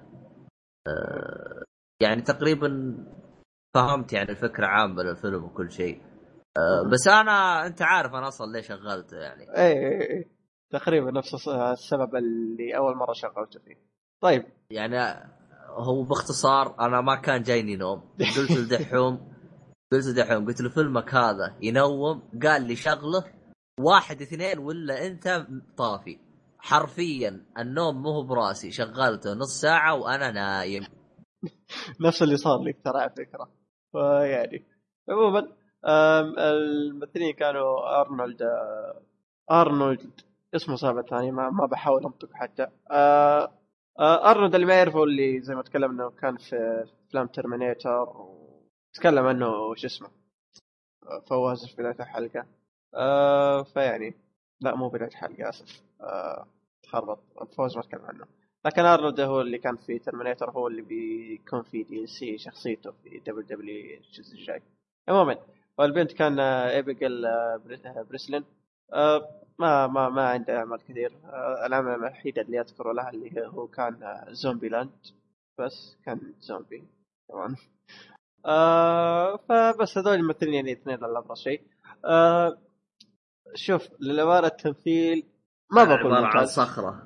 يعني تقريبا فهمت يعني الفكرة عامة للفيلم وكل شيء. بس انت عارف انا اصلا ليش شغلته يعني. ايه تقريبا نفس السبب اللي اول مرة شغلته فيه. طيب يعني هو باختصار انا ما كان جايني نوم. قلت لدحوم قلت له فيلمك هذا ينوم. قال لي شغله 1 2 ولا انت طافي. حرفيا النوم مو براسي. شغلته نص ساعة وانا نايم. نفس اللي صار لي ترى على فكرة. يعني عموما الممثلين كانوا أرنولد اسمه صعب الثاني ما بحاول أنطق حتى. أرنولد اللي ما يعرفه اللي زي ما تكلمنا كان في فيلم ترمينيتر وتكلم عنه وش اسمه فواز في بداية الحلقة. فيعني لا مو بداية الحلقة آسف. تخربط فواز ما تكلم عنه. لكن أرنولد هو اللي كان في ترمينيتر هو اللي بيكون في DLC شخصيته في WWE الجزء الجاي. عموما والبنت كان إيبيغيل بريسلين. ما عنده أعمال كثير. العمل الوحيد اللي أذكره لها اللي هو كان زومبي لاند بس كان زومبي طبعا. فبس هذول الممثلين يعني اثنين الأبرز شيء. شوف للأمانة التمثيل ما بقول ممتاز. صخرة.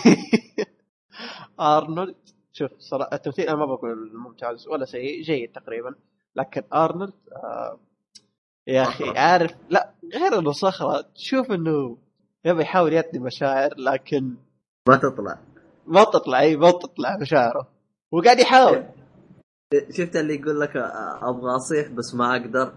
أرنولد شوف صراحة التمثيل أنا ما بقول ممتاز ولا سيء جيد تقريبا. لكن أرنولد يا أخي عارف لا غير إنه صخرة تشوف إنه يبي يحاول يعطي مشاعر لكن ما تطلع مشاعره وقاعد يحاول. شفت اللي يقول لك أبغى أصيح بس ما أقدر.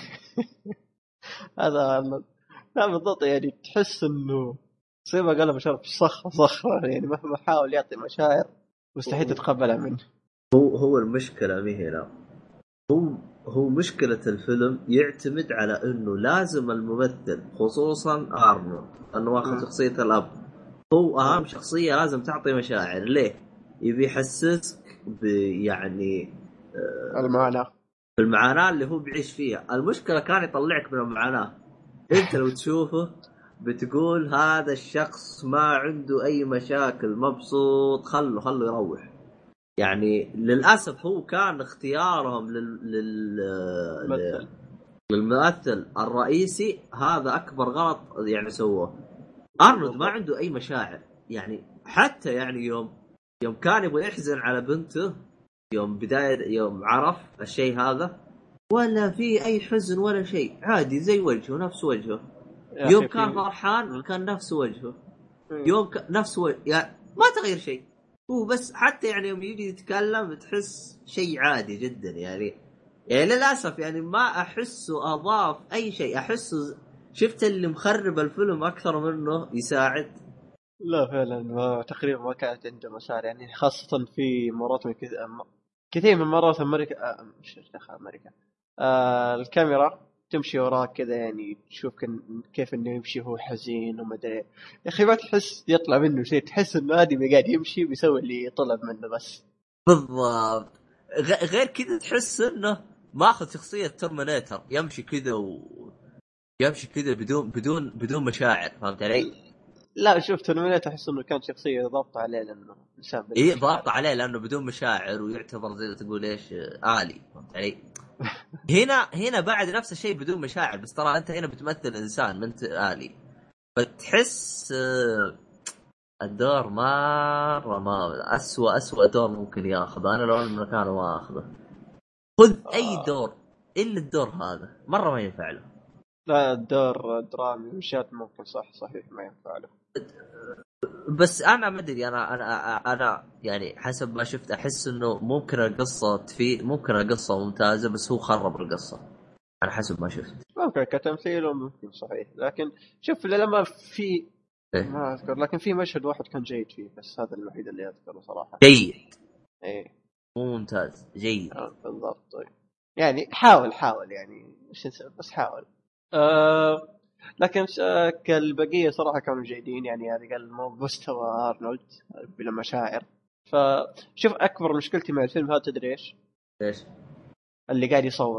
هذا لا بالضبط يعني تحس إنه سيبا قلب شرب صخرة يعني مهما حاول يعطي مشاعر مستحيل تتقبلها منه. هو المشكلة مي هنا. هو مشكلة الفيلم يعتمد على انه لازم الممثل خصوصا أرنولد انه واخذ شخصية الاب هو اهم شخصية لازم تعطي مشاعر. ليه؟ يبي يحسسك يعني المعاناة اللي هو بيعيش فيها. المشكلة كان يطلعك من المعاناة. انت لو تشوفه بتقول هذا الشخص ما عنده اي مشاكل مبسوط خله يروح. يعني للأسف هو كان اختيارهم للممثل الرئيسي هذا أكبر غلط يعني سووه. أرنولد ما عنده أي مشاعر يعني. حتى يعني يوم كان يبغى يحزن على بنته يوم عرف الشيء هذا ولا في اي حزن ولا شيء، عادي زي وجهه نفس وجهه. يوم كان فرحان كان نفس وجهه، يوم نفس يعني ما تغير شيء هو، بس حتى يعني يوم يجي يتكلم تحس شيء عادي جدا يعني للاسف يعني ما احسه اضاف اي شيء، احسه شفت اللي مخرب الفيلم اكثر منه يساعد. لا فعلا تقريبا ما كانت عنده مسار يعني، خاصة في مرات من كثير من مرات مش دخل أمريكا الكاميرا تمشي وراك كذا يعني تشوف كيف إنه يمشي هو حزين وما أدري. يا أخي ما تحس يطلع منه شيء، تحس إنه آدمي قاعد يمشي بيسوي اللي طلب منه بس. بالضبط. غير كذا تحس إنه ماخذ شخصية ترمينيتر، يمشي كذا بدون مشاعر، فهمت علي؟ لا شوف ترمينيتر أحس إنه كان شخصية ضابطة عليه لأنه إنسان إيه ضابط عليه لأنه بدون مشاعر ويعتبر زي ما تقول إيش آلي، فهمت علي؟ هنا بعد نفس الشيء بدون مشاعر، بس ترى أنت هنا بتمثل إنسان ما أنت آلي، فتحس الدور ما أسوأ دور ممكن ياخذ. أنا لو أنا مكانه ما أخذه. خذ أي دور إلا الدور هذا مرة ما ينفع له. لا الدور درامي مشات ممكن صحيح ما ينفع له. بس أنا ما أدري، أنا يعني حسب ما شفت أحس إنه ممكن القصة ممتازة، بس هو خرب القصة. أنا حسب ما شفت ممكن كتمثيل وممكن صحيح، لكن شوف لما في ما أذكر، لكن في مشهد واحد كان جيد فيه، بس هذا الوحيد اللي أذكره صراحة. جيد إيه مو ممتاز، جيد. بالضبط. طيب يعني حاول يعني إيش نسوي، بس حاول. لكن كالبقية صراحة كانوا جيدين يعني، هذا قال مو مستوى أرنولد بلا مشاعر. فشوف أكبر مشكلتي مع الفيلم هذا تدري إيش؟ اللي قاعد يصور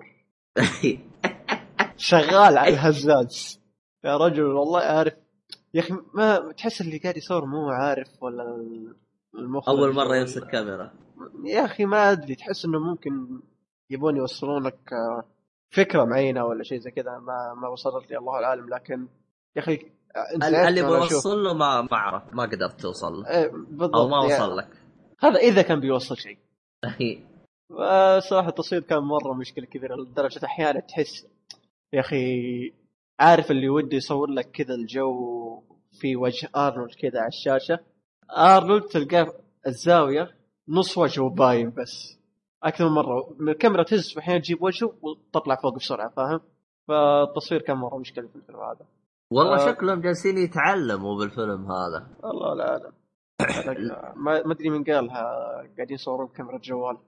شغال على الهزاز يا رجل، والله عارف يا أخي، ما تحس اللي قاعد يصور مو عارف ولا المخرج أول مرة يمسك كاميرا يا أخي ما أدري، تحس إنه ممكن يبون يوصلون لك فكرة معينة ولا شيء زي كذا، ما وصلت لي الله العالم. لكن يا أخي اللي بيوصل له ما أعرف، ما قدرت توصل له أو ما وصل يعني لك هذا إذا كان بيوصل شيء. صراحة التصوير كان مرة مشكلة كبيرة لدرجة أحيانا تحس يا أخي عارف اللي ودي يصور لك كذا الجو في وجه أرنولد كذا على الشاشة، أرنولد تلقاه الزاوية نص وجهه باين بس أكثر من مرة من الكاميرا تهز وحين تجيب وجهه وتطلع فوق بسرعة، فاهم؟ فالتصوير كان مرة مشكلة في الفيلم هذا. والله شكلهم جالسين يتعلموا بالفيلم هذا. الله لا أعلم. ما أدري من قالها قاعدين يصورون بكاميرا جوال.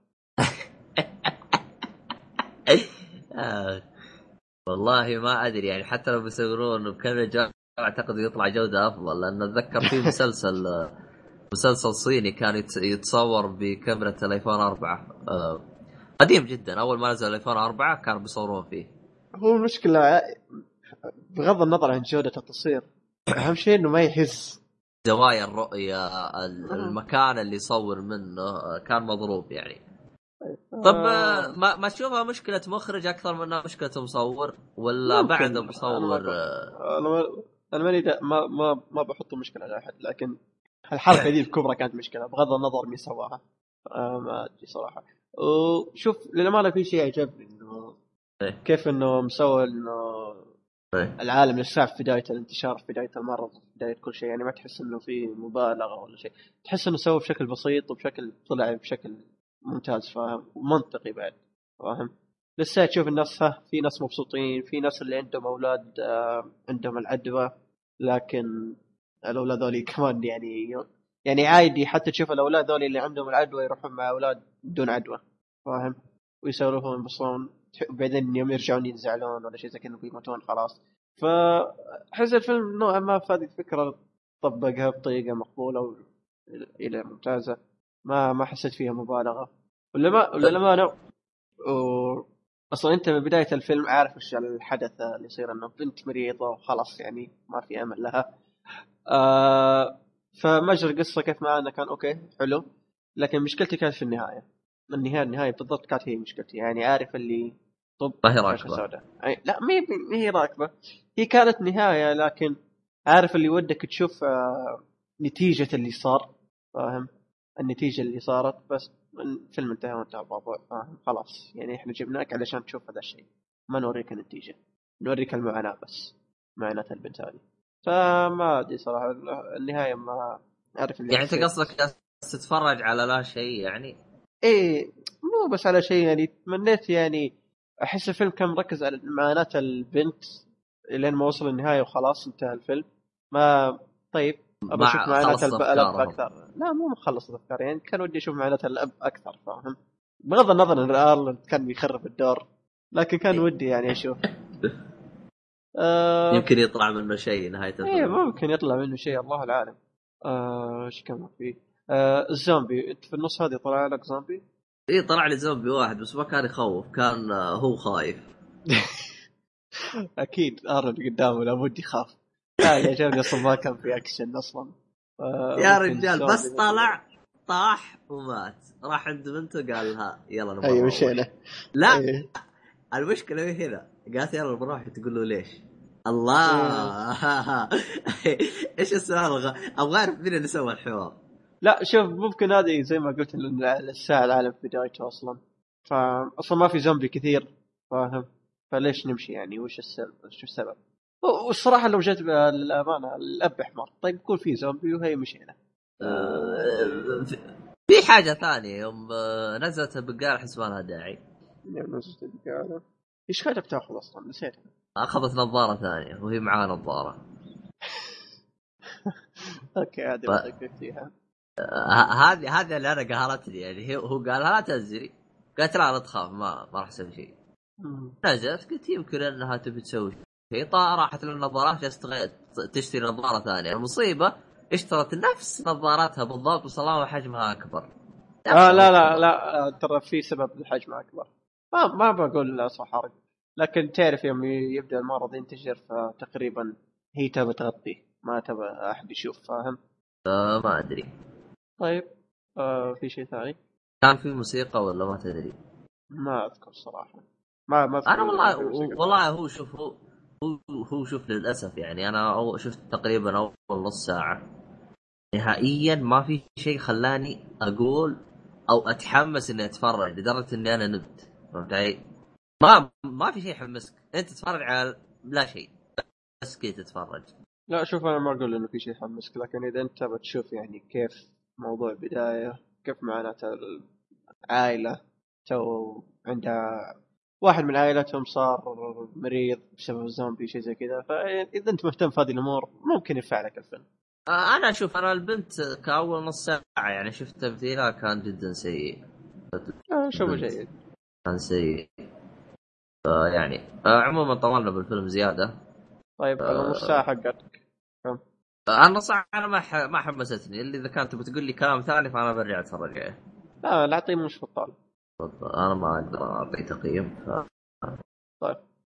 والله ما أدري يعني، حتى لو بيصورون بكاميرا جوال أعتقد يطلع جودة أفضل، لأن أتذكر في مسلسل صيني كان يتصور بكاميرا الايفون 4 قديم جدا، أول ما نزل الايفون 4 كانوا بيصورون فيه. هو المشكلة بغض النظر عن جودة التصوير أهم شيء إنه ما يحس زوايا الرؤية، المكان اللي يصور منه كان مضروب يعني. طب ما تشوفها مشكلة مخرج أكثر منها مشكلة مصور، ولا بعد مصور؟ أنا ما بحط مشكلة على أحد، لكن الحركة دي الكبرى كانت مشكلة بغض النظر مين سواها. ما أدري صراحة. وشوف للأمانة في شيء عجبني إنه كيف إنه مسوي إنه العالم لسه في بداية الانتشار، في بداية المرض، في بداية كل شيء يعني، ما تحس إنه في مبالغة ولا شيء، تحس إنه سوى بشكل بسيط وبشكل طلع بشكل ممتاز، فاهم؟ ومنطقي بعد، فاهم؟ لسه تشوف الناس في ناس مبسوطين، في ناس اللي عندهم أولاد عندهم العدوى، لكن الأولاد ذولي كمان يعني عادي حتى تشوف الأولاد ذولي اللي عندهم العدوى يروحون مع أولاد بدون عدوى، فاهم؟ ويسولفون ينبسطون، بعدين يوم يرجعون ينزعلون ولا شيء زي كذا بيموتون خلاص. فحس الفيلم نوعا ما في هذه الفكرة طبقها بطريقة مقبولة إلى ممتازة، ما حسيت فيها مبالغة ولا ما أنا أصلا أنت من بداية الفيلم عارف إيش الحدث اللي يصير، إنه بنت مريضة وخلاص يعني ما في أمل لها. فمجرى القصة كيف معنا كان أوكي حلو، لكن مشكلتي كانت في النهاية بالضبط كانت هي مشكلتي يعني، عارف اللي طب لا ما هي راكبة، هي كانت نهاية لكن عارف اللي ودك تشوف نتيجة اللي صار، فاهم؟ النتيجة اللي صارت، بس الفيلم انتهى وانتهى الموضوع. خلاص يعني احنا جبناك علشان تشوف هذا الشيء، ما نوريك النتيجة، نوريك المعاناة بس، معاناة البنت هذه. فما ادري صراحة النهاية ما اعرف اللي يعني انت حسيت. قصدك تتفرج على لا شيء يعني؟ ايه مو بس على شيء، يعني تمنيت يعني احس الفيلم كان مركز على معاناة البنت لين ما وصل النهاية وخلاص انتهى الفيلم. ما طيب ابى اشوف مع معاناة خلص الاب افكارهم. اكثر. لا مو مخلص الافكار، يعني كان ودي اشوف معاناة الاب اكثر، فاهم؟ بغض النظر ان ارل كان بيخرب الدور، لكن كان ودي يعني اشوف. يمكن يطلع منه شيء نهاية ايه الفيلم. ممكن يطلع منه شيء، الله العالم. ايش كمان فيه؟ الزومبي، انت في النص هذه طلع لك زومبي؟ ايه طلع لي زومبي واحد بس ما كان يخوف، كان هو خايف. اكيد ارنولد قدامه لابد يخاف. لا يعجبني اصلا ما كان في اكشن اصلا. يا ممكن رجال الزومبي بس مثلا. طلع طاح ومات، راح عند بنته قال لها يلا نبغى اي نروح. مشينا. لا اي المشكلة هي هنا، قالت يلا بنروح، تقول له ليش؟ إيه. الله. ايش السؤال ابغى اعرف مين اللي سوى الحوار. لا شوف، ممكن هذه زي ما قلت إن الساعة العالم في بدايته اصلا، فاصلا ما في زومبي كثير، فاهم؟ فليش نمشي يعني؟ وش السبب؟ وش السبب؟ والصراحة لو جت بالأمانة الأب حمار، طيب يكون في زومبي وهي مشينا. آه، في حاجة ثانية يوم نزلت البقالة حس ما لها داعي. يعني نزلت البقالة ايش خليك تاخذ اصلا؟ نسيت. اخذت نظارة ثانية وهي معاه نظارة. اوكي هذه ف... ما فكرت فيها. هذه اللي انا قهرتني يعني. هو قال لا تنزلي، قالت لا تخاف ما راح اسوي شيء. نزلت قلت يمكن انها تبي تسوي شيء، راحت للنظارات تشتري نظارة ثانية. المصيبة اشترت نفس نظاراتها بالضبط وصلاها حجمها اكبر. لا نفسها لا بالضبط. لا ترى في سبب الحجم اكبر. ما بقول لا صح حرق، لكن تعرف يوم يبدا المرض ينتشر فتقريبا هي تبى تغطيه، ما تبى احد يشوف، فاهم؟ ما ادري طيب في شيء ثاني؟ كان في موسيقى ولا ما تدري. ما اذكر صراحه، ما اذكر انا اذا كان والله في موسيقى ثانيه. والله هو شوف هو شوف للاسف يعني انا شفت تقريبا اول نص ساعه، نهائيا ما في شيء خلاني اقول او اتحمس اني اتفرج لدرجه اني انا نمت. فهمت علي؟ ما في شيء يحمسك انت تتفرج على لا شيء، بس كي تتفرج. لا شوف، انا ما اقول انه في شيء يحمسك، لكن اذا انت بتشوف يعني كيف موضوع بدايه، كيف معاناه العائله، تو عندها واحد من عائلتهم صار مريض بسبب الزومبي شيء زي كذا، فاذا انت مهتم في هذه الامور ممكن ينفع لك الفيلم. انا اشوف انا البنت كاول نص ساعه يعني شفت تمثيلها كان جدا سيء. شوفه البنت جيد. كان سيء. يعني عموما طولنا بالفيلم زياده. طيب النص ساعه حقتك كم؟ انا صح انا ما حمستني. اللي اذا كانت بتقول لي كلام ثاني فانا برجع اتفرج عليه. لا اعطيه مش بطال. انا ما اقدر اعطي تقييم طيب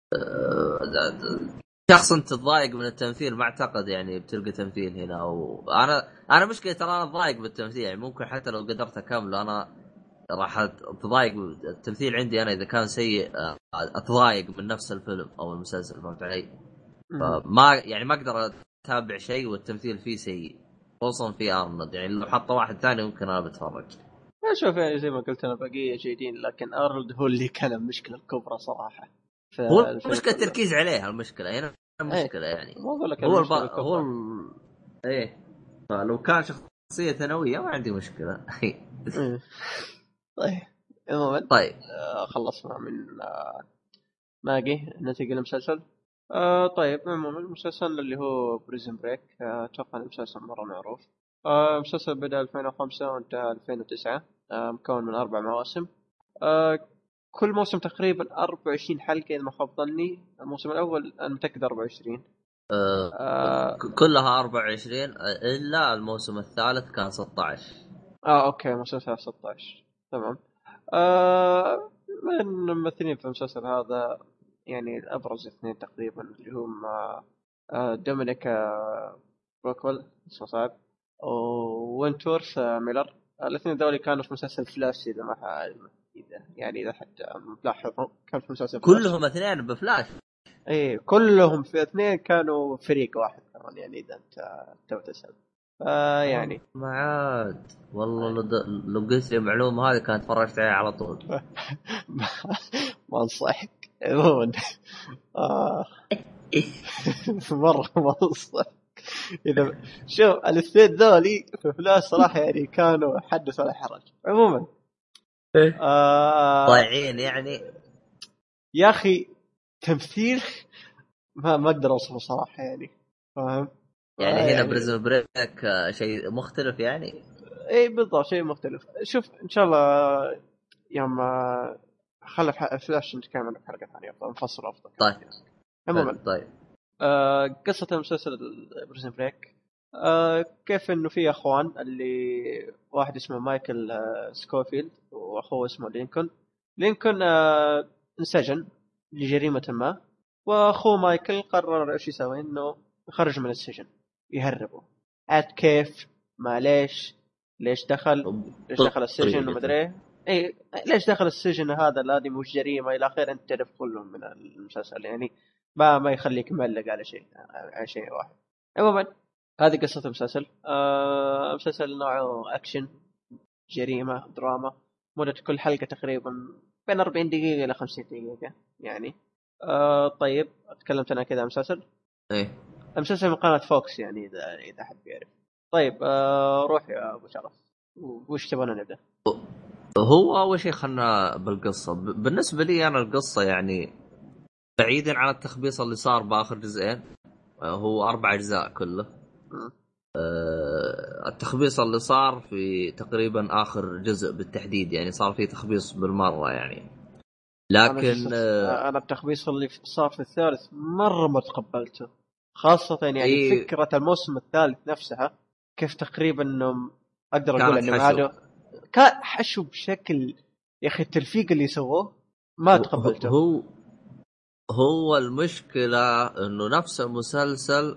شخص انت تضايق من التمثيل ما اعتقد يعني بتلقى تمثيل هنا. او انا مشكلة ترى انا ضايق بالتمثيل يعني ممكن حتى لو قدرت اكمله انا راح اتضايق. التمثيل عندي انا اذا كان سيء اتضايق من نفس الفيلم او المسلسل. فهمت علي؟ فما يعني ما اقدر اتابع شيء والتمثيل فيه سيء، خصوصا في ارنولد. يعني لو حط واحد ثاني ممكن انا بتفرج. شوف يعني زي ما قلت انا بقيه جيدين، لكن ارنولد هو اللي كان المشكله الكبرى صراحه في هو الفيلم المشكله كله. التركيز عليها، المشكله هنا ايه المشكله يعني. ما اقول لك هو المشكله هو الكبرى. ايه. فلو كان شخصيه ثانويه ما عندي مشكله. إيه. طيب عموما طيب خلصنا من ماجي، ننتقل للمسلسل. طيب عموما المسلسل اللي هو بريزن بريك، اتوقع المسلسل مره معروف. مسلسل بدأ 2005 وانتهى 2009. مكون من 4 مواسم. آه كل موسم تقريبا 24 حلقة إذا ما خاب ظني. الموسم الأول أنا متأكد 24. كلها 24 الا الموسم الثالث كان 16. أوكي مسلسل 16 تمام. من الممثلين في المسلسل هذا يعني الأبرز اثنين تقريبا اللي هم دومينيك بروكول، اسمه صعب، وينتورث ميلر. الاثنين ذولي كانوا في مسلسل فلاش، إذا ما إذا يعني إذا حتى ملاحظ كان في مسلسل فلاش. كلهم اثنين بفلاش. ايه كلهم في اثنين كانوا فريق واحد كمان، يعني اذا انت تسأل. يعني ما عاد والله لو قلت لي المعلومة هذه كانت فرجت عليها على طول. ما انصحك عموما. مرة ما انصحك. إذا شوف الاثنين ذولي في فلاش صراحة يعني كانوا حدث ولا حرج عموما. ضايعين يعني يا أخي تمثيل ما أقدر أوصفه صراحة يعني فاهم. يعني هنا يعني بريزن بريك شيء مختلف يعني. اي بالضبط شيء مختلف. شوف ان شاء الله يوم خلف فلاش نتكلم عنه بحلقة ثانية أفضل نفصل أفضل. طيب عموما طيب قصة المسلسل بريزن بريك كيف إنه في أخوان اللي واحد اسمه مايكل سكوفيلد وأخوه اسمه لينكولن انسجن لجريمة ما، وأخوه مايكل قرر إيش يسوي إنه يخرج من السجن يهربه. عاد كيف ما ليش دخل السجن ومدري ايه ليش دخل السجن هذا الذي مش جريمة الى اخره. انت تعرف كله من المسلسل يعني ما يخليك ملق على شيء واحد. عموما هذه قصة المسلسل. مسلسل نوعه اكشن جريمة دراما. مدة كل حلقة تقريبا بين 40 دقيقة الى 50 دقيقة يعني. طيب تكلمت انا كذا عن المسلسل. ايه المسلسل من قناة فوكس يعني اذا حد بيعرف. طيب روح يا ابو شرف وش تبغى نبدا؟ هو اول شيء خلنا بالقصه. بالنسبه لي انا القصه يعني بعيدا عن التخبيص اللي صار باخر جزئين، هو 4 أجزاء كله. التخبيص اللي صار في تقريبا اخر جزء بالتحديد يعني صار فيه تخبيص بالمره يعني. لكن انا التخبيص اللي صار في الثالث مره ما تقبلته، خاصه يعني فكره الموسم الثالث نفسها كيف تقريبا انهم اقدر اقول انهم عادوا كان حشو بشكل يا اخي. التلفيق اللي سووه ما تقبلته. هو المشكله انه نفس المسلسل.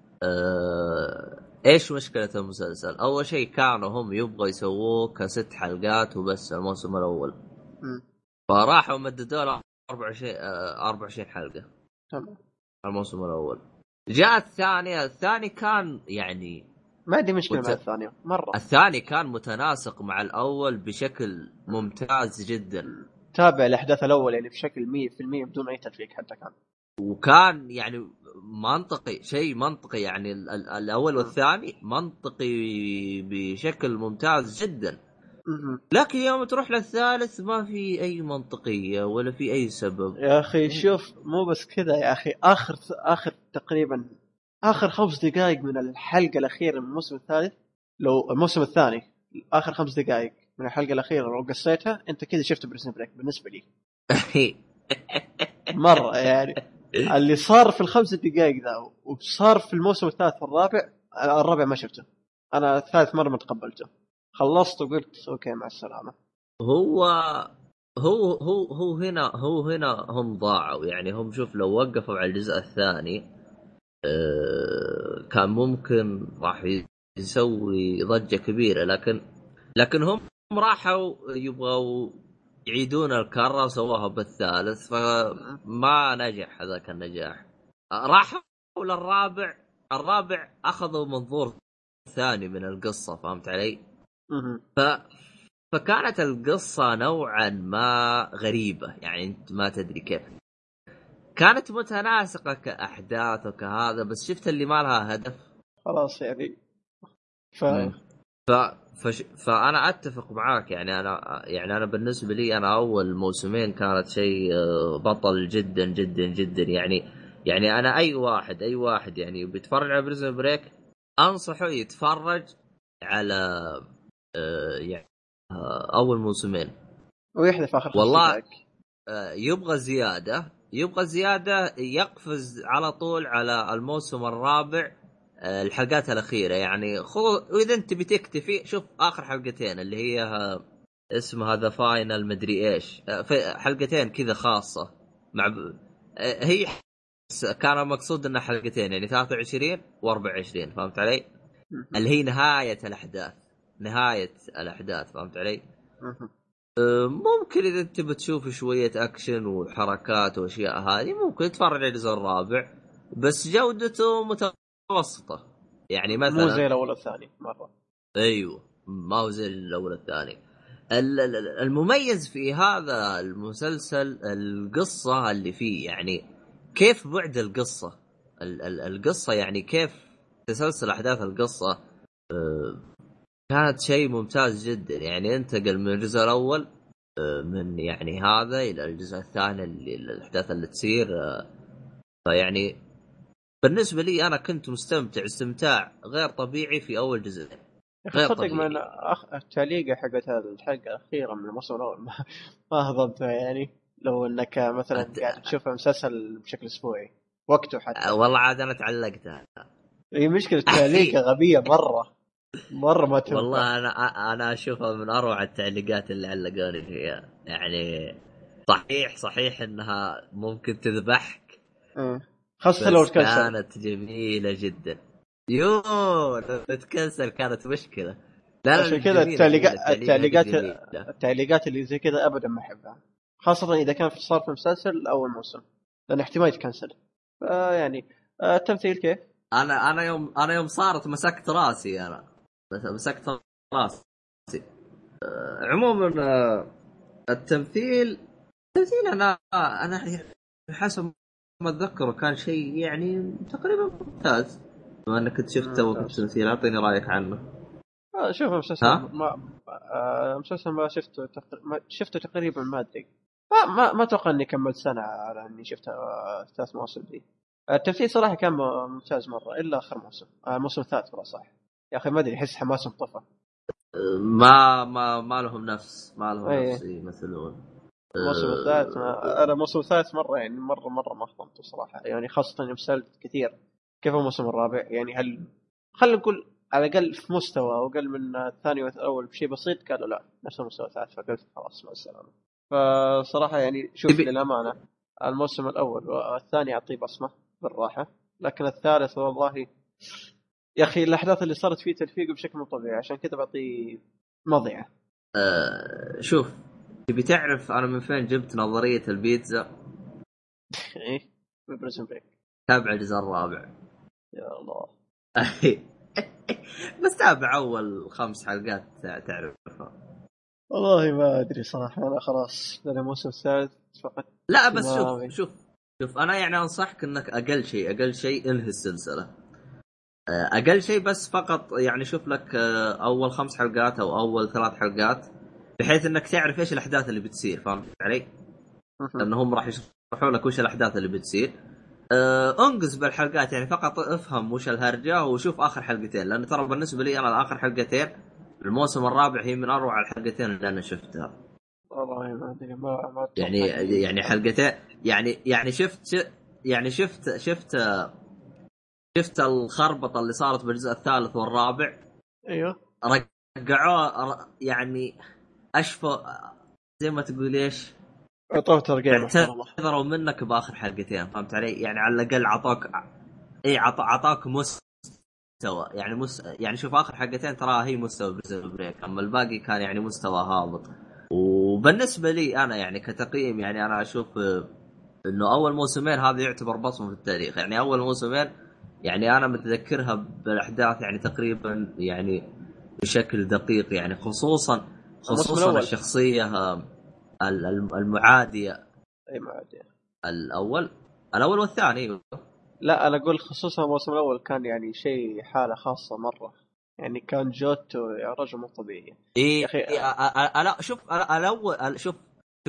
ايش مشكله المسلسل؟ اول شيء كانوا هم يبغوا يسووه ك6 حلقات وبس الموسم الاول. فراحوا مددوا له 24 حلقه تمام الموسم الاول. جاء الثاني كان يعني ما عندي مشكله مع الثاني مره. الثاني كان متناسق مع الاول بشكل ممتاز جدا. تابع الاحداث الاول يعني بشكل 100% بدون اي تلفيق حتى كان. وكان يعني منطقي، شيء منطقي يعني الاول والثاني منطقي بشكل ممتاز جدا. لكن يوم تروح للثالث ما في اي منطقيه ولا في اي سبب يا اخي. شوف مو بس كذا يا اخي، اخر تقريبا اخر 5 دقائق من الحلقه الاخيره من الموسم الثالث، لو الموسم الثاني اخر 5 دقائق من الحلقه الاخيره لو قصيتها انت كذا شفت بريزن بريك بالنسبه لي. مره يعني اللي صار في ال5 دقائق ذا وصار في الموسم الثالث الرابع ما شفته. انا الثالث مره ما تقبلته، خلصت وقلت اوكي مع السلامه. هو هنا هم ضاعوا يعني. هم شوف لو وقفوا على الجزء الثاني كان ممكن راح يسوي ضجة كبيرة. لكن هم راحوا يبغوا يعيدون الكرة وسووها بالثالث فما نجح هذاك النجاح. راحوا الرابع أخذوا منظور ثاني من القصة، فهمت علي؟ فكانت القصة نوعا ما غريبة يعني انت ما تدري كيف. كانت متناسقة كأحداث وكهذا بس شفت اللي ما لها هدف خلاص يعني. فأنا أتفق معاك يعني. أنا بالنسبة لي أنا أول موسمين كانت شيء بطل جدا جدا جدا يعني أنا أي واحد يعني بيتفرج على بريزن بريك أنصحه يتفرج على يعني أول موسمين ويحذف آخر 5 والله. يبغى زيادة يقفز على طول على الموسم الرابع الحلقات الأخيرة يعني. وإذا أنت بتكتفي شوف آخر حلقتين اللي هي اسمها ذا فاينل مدري إيش، في حلقتين كذا خاصة مع هي كان مقصود إنها حلقتين يعني 23 و24 فهمت علي؟ اللي هي نهاية الأحداث فهمت علي؟ ممكن إذا أنت بتشوف شوية أكشن وحركات وأشياء هذه ممكن تتفرج على الجزء الرابع بس جودته متوسطة يعني مثلا مو زي الاول والثاني مره. ايوه ما هو زي الاول والثاني. المميز في هذا المسلسل القصة اللي فيه، يعني كيف بعد القصة، القصة يعني كيف تسلسل أحداث القصة كانت شيء ممتاز جدا. يعني انتقل من الجزء الأول من يعني هذا إلى الجزء الثاني اللي الأحداث اللي تصير. فيعني بالنسبة لي أنا كنت مستمتع استمتاع غير طبيعي في أول جزء. غير تصدق من التعليقة حقت الحلقة الأخيرة من الموسم الأول ما هضمتها. يعني لو انك مثلا قاعد تشوف مسلسل بشكل اسبوعي وقته حتى. والله عاد انا تعلقتها. هي مشكلة التعليقة غبية مرة ما تنفع. والله انا اشوفها من اروع التعليقات اللي علقوني فيها. يعني صحيح انها ممكن تذبحك خاصة لو تكنسل. كانت جميلة جدا. لو تكنسل كانت مشكلة. لا عشان كذا التعليقات اللي زي كذا ابدا ما احبها، خاصة اذا كان صار في مسلسل اول موسم لان احتمال يتكنسل. يعني التمثيل كيف؟ انا يوم صارت مسكت راسي. عموما التمثيل انا حسب ما اتذكره كان شيء يعني تقريبا ممتاز. بما انك كنت شفته وكنت تمثيل اعطيني رايك عنه. شوف المسلسل مسلسل ما شفته تقريبا ما ادري ما اتوقع اني كملت سنة على اني شفت 3 مواسم دي. التمثيل صراحة كان ممتاز مرة إلا آخر موسم، الموسم الثالث مرة صح يا أخي ما أدري أحس حماسهم طفى. ما لهم نفس يمثلون. الموسم الثالث أنا الموسم الثالث مرة يعني مرة ما خضمته صراحة. يعني خاصة يوم سألت كثير كيف الموسم الرابع، يعني هل خلينا نقول على الأقل في مستوى أو أقل من الثاني والأول بشيء بسيط، قالوا لا نفس المستوى الثالث. فقلت خلاص مع السلامة. فصراحة يعني شوف للأمانة الموسم الأول والثاني أعطيه بصمة بالراحة، لكن الثالث والله يا أخي الأحداث اللي صارت فيه تلفيق بشكل مو طبيعي، عشان كذا بعطيه مضيعة. شوف تبي تعرف أنا من فين جبت نظرية البيتزا؟ إيه بريزن بريك. تابع الجزء الرابع يا الله. بس تابع أول 5 حلقات تعرفها. والله ما أدري صراحة أنا خلاص لأن الموسم الثالث فقط. لا بس شوف أنا يعني أنصحك إنك أقل شيء انهي السلسلة أقل شيء، بس فقط يعني شوف لك أول 5 حلقات أو أول 3 حلقات بحيث إنك تعرف إيش الأحداث اللي بتصير. فهمت علي؟ أنهم راح يشرحوا لك وش الأحداث اللي بتصير. انقز بالحلقات يعني فقط افهم وش الهرجة وشوف آخر حلقتين، لأن ترى بالنسبة لي أنا آخر حلقتين الموسم الرابع هي من أروع الحلقتين اللي أنا شفتها. والله ما أدري ما يعني حلقتين يعني شفت الخربطة اللي صارت بالجزء الثالث والرابع. أيوه رجعوه يعني أشفى زي ما تقول إيش عطوه ترقيع اعتذروا منك بآخر حلقتين. فهمت علي؟ يعني على الأقل عطاك مستوى يعني شوف آخر حلقتين ترى هي مستوى بريزن بريك، أما الباقي كان يعني مستوى هابط. وبالنسبة لي أنا يعني كتقييم يعني أنا أشوف إنه أول موسمين هذا يعتبر بصمة في التاريخ. يعني أول موسمين يعني أنا متذكرها بالأحداث يعني تقريبا يعني بشكل دقيق، يعني خصوصا الشخصية المعادية. أي معادية الأول والثاني. لا أنا أقول خصوصا الموسم الأول كان يعني شيء حالة خاصة مرة، يعني كان جوتو يا رجل مو طبيعي. إيه أنا شوف الأول شوف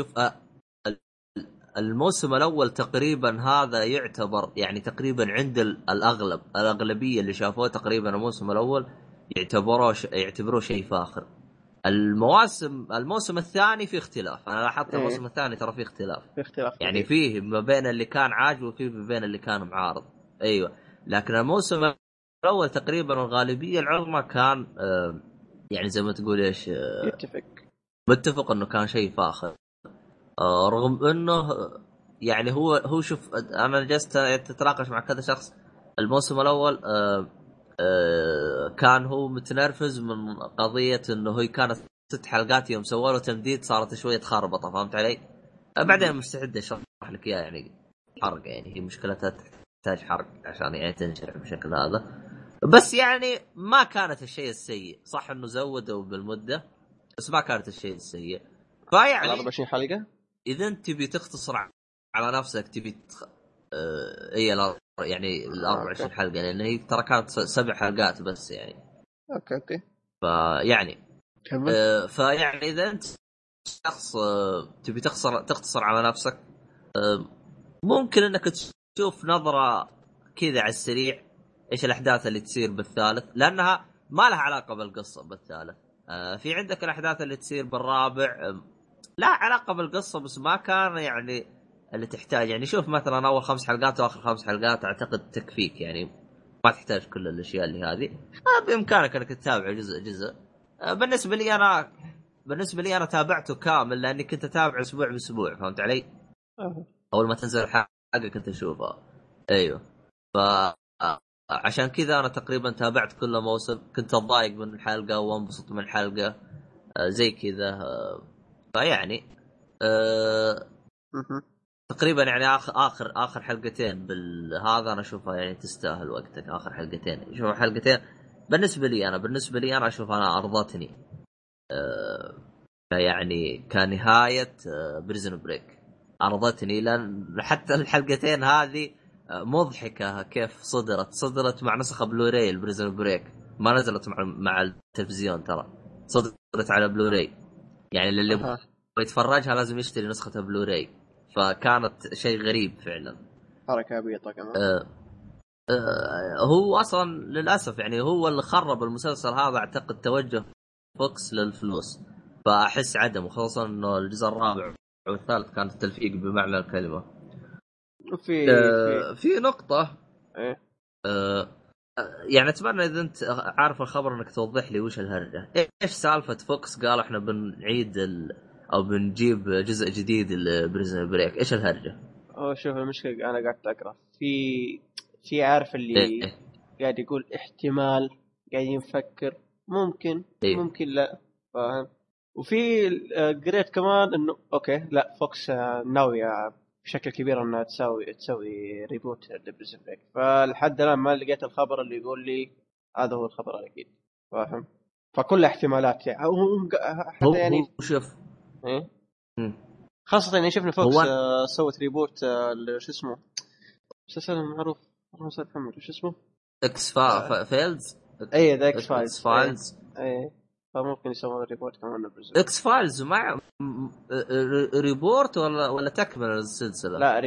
الموسم الأول تقريبا هذا يعتبر يعني تقريبا عند الأغلبية اللي شافوه تقريبا الموسم الأول يعتبروه شيء فاخر. الموسم الثاني فيه اختلاف. أنا لاحظت الموسم الثاني ترى فيه اختلاف يعني فيه ما بين اللي كان عاجب وفيه ما بين اللي كان معارض. أيوة لكن الموسم الأول تقريبا الغالبية العظمى كان يعني زي ما تقول إيش متفق إنه كان شيء فاخر. رغم إنه يعني هو شوف أنا جلست تتناقش مع كذا شخص الموسم الأول كان هو متنرفز من قضية إنه هي كانت 6 حلقات يوم سووا له تمديد صارت شوية خربطة. فهمت علي؟ بعدين مستعد أشرح لك إياه يعني حرق، يعني هي مشكلتها تحتاج حرق عشان يعني تنشرح بشكل هذا. بس يعني ما كانت الشيء السيء، صح انه زودوا بالمده بس ما كانت الشيء السيء. فيعني 24 حلقه اذا انت تبي تختصر على نفسك تبي هي يعني ال 24 حلقه، لان هي ترى كانت 7 حلقات بس يعني. اوكي فيعني كمل. فيعني اذا انت شخص تبي تختصر على نفسك، ممكن انك تشوف نظره كذا على السريع ايش الاحداث اللي تصير بالثالث، لانها ما لها علاقه بالقصه بالثالث. في عندك الاحداث اللي تصير بالرابع لا علاقه بالقصه بس ما كان يعني اللي تحتاج. يعني شوف مثلا اول 5 حلقات واخر 5 حلقات اعتقد تكفيك، يعني ما تحتاج كل الاشياء اللي هذه. بامكانك انك تتابع جزء جزء. بالنسبه لي انا تابعته كامل لاني كنت اتابع اسبوع باسبوع، فهمت علي؟ اول ما تنزل حلقه كنت اشوفها. ايوه. ف عشان كذا انا تقريبا تابعت كل موسم، كنت اتضايق من الحلقه وانبسط من الحلقه زي كذا. فيعني تقريبا يعني اخر حلقتين بالهذا انا اشوفها يعني تستاهل وقتك. اخر حلقتين شوف حلقتين بالنسبه لي انا اشوف انا ارضتني. فيعني كنهايه بريزن بريك ارضتني، لان حتى الحلقتين هذه مضحكه كيف صدرت مع نسخه بلوراي البريزن بريك، ما نزلت مع التلفزيون، ترى صدرت على بلوراي. يعني اللي يبغى يتفرجها لازم يشتري نسخة بلوراي، فكانت شيء غريب فعلا. حركة عبيطة كمان. هو أصلا للأسف يعني هو اللي خرب المسلسل هذا، أعتقد توجه فوكس للفلوس، فأحس عدم، خصوصا إنه الجزء الرابع والثالث كانت التلفيق بمعنى الكلمة. في نقطة إيه؟ يعني أتمنى إذا أنت عارف الخبر إنك توضح لي وش الهرجة، إيش سالفة فوكس قال إحنا بنعيد أو بنجيب جزء جديد لبريزن بريك، إيش الهرجة؟ شوف المشكلة أنا قاعد أقرأ في عارف اللي إيه؟ قاعد يقول احتمال، قاعد يفكر ممكن إيه؟ ممكن لا، فاهم. وفي قريت كمان إنه أوكي لا فوكس ناوية بشكل كبير إنها تسوي ريبوت لبريزن بريك، فلحد الآن ما لقيت الخبر اللي يقول لي هذا هو الخبر الأكيد، فاهم. فكل احتمالات يعني حتى يعني هو شوف إيه؟ خاصة يعني شفنا فوكس هو سوت ريبوت شو اسمه مسلسل معروف اللهم صل على محمد وش اسمه اكس فايلز. اي ذا اكس فايلز فايلز اي فممكن يسوون ريبوت كمان برزيل. اكس فايلز مع ريبورت ولا تكمل السلسله؟ لا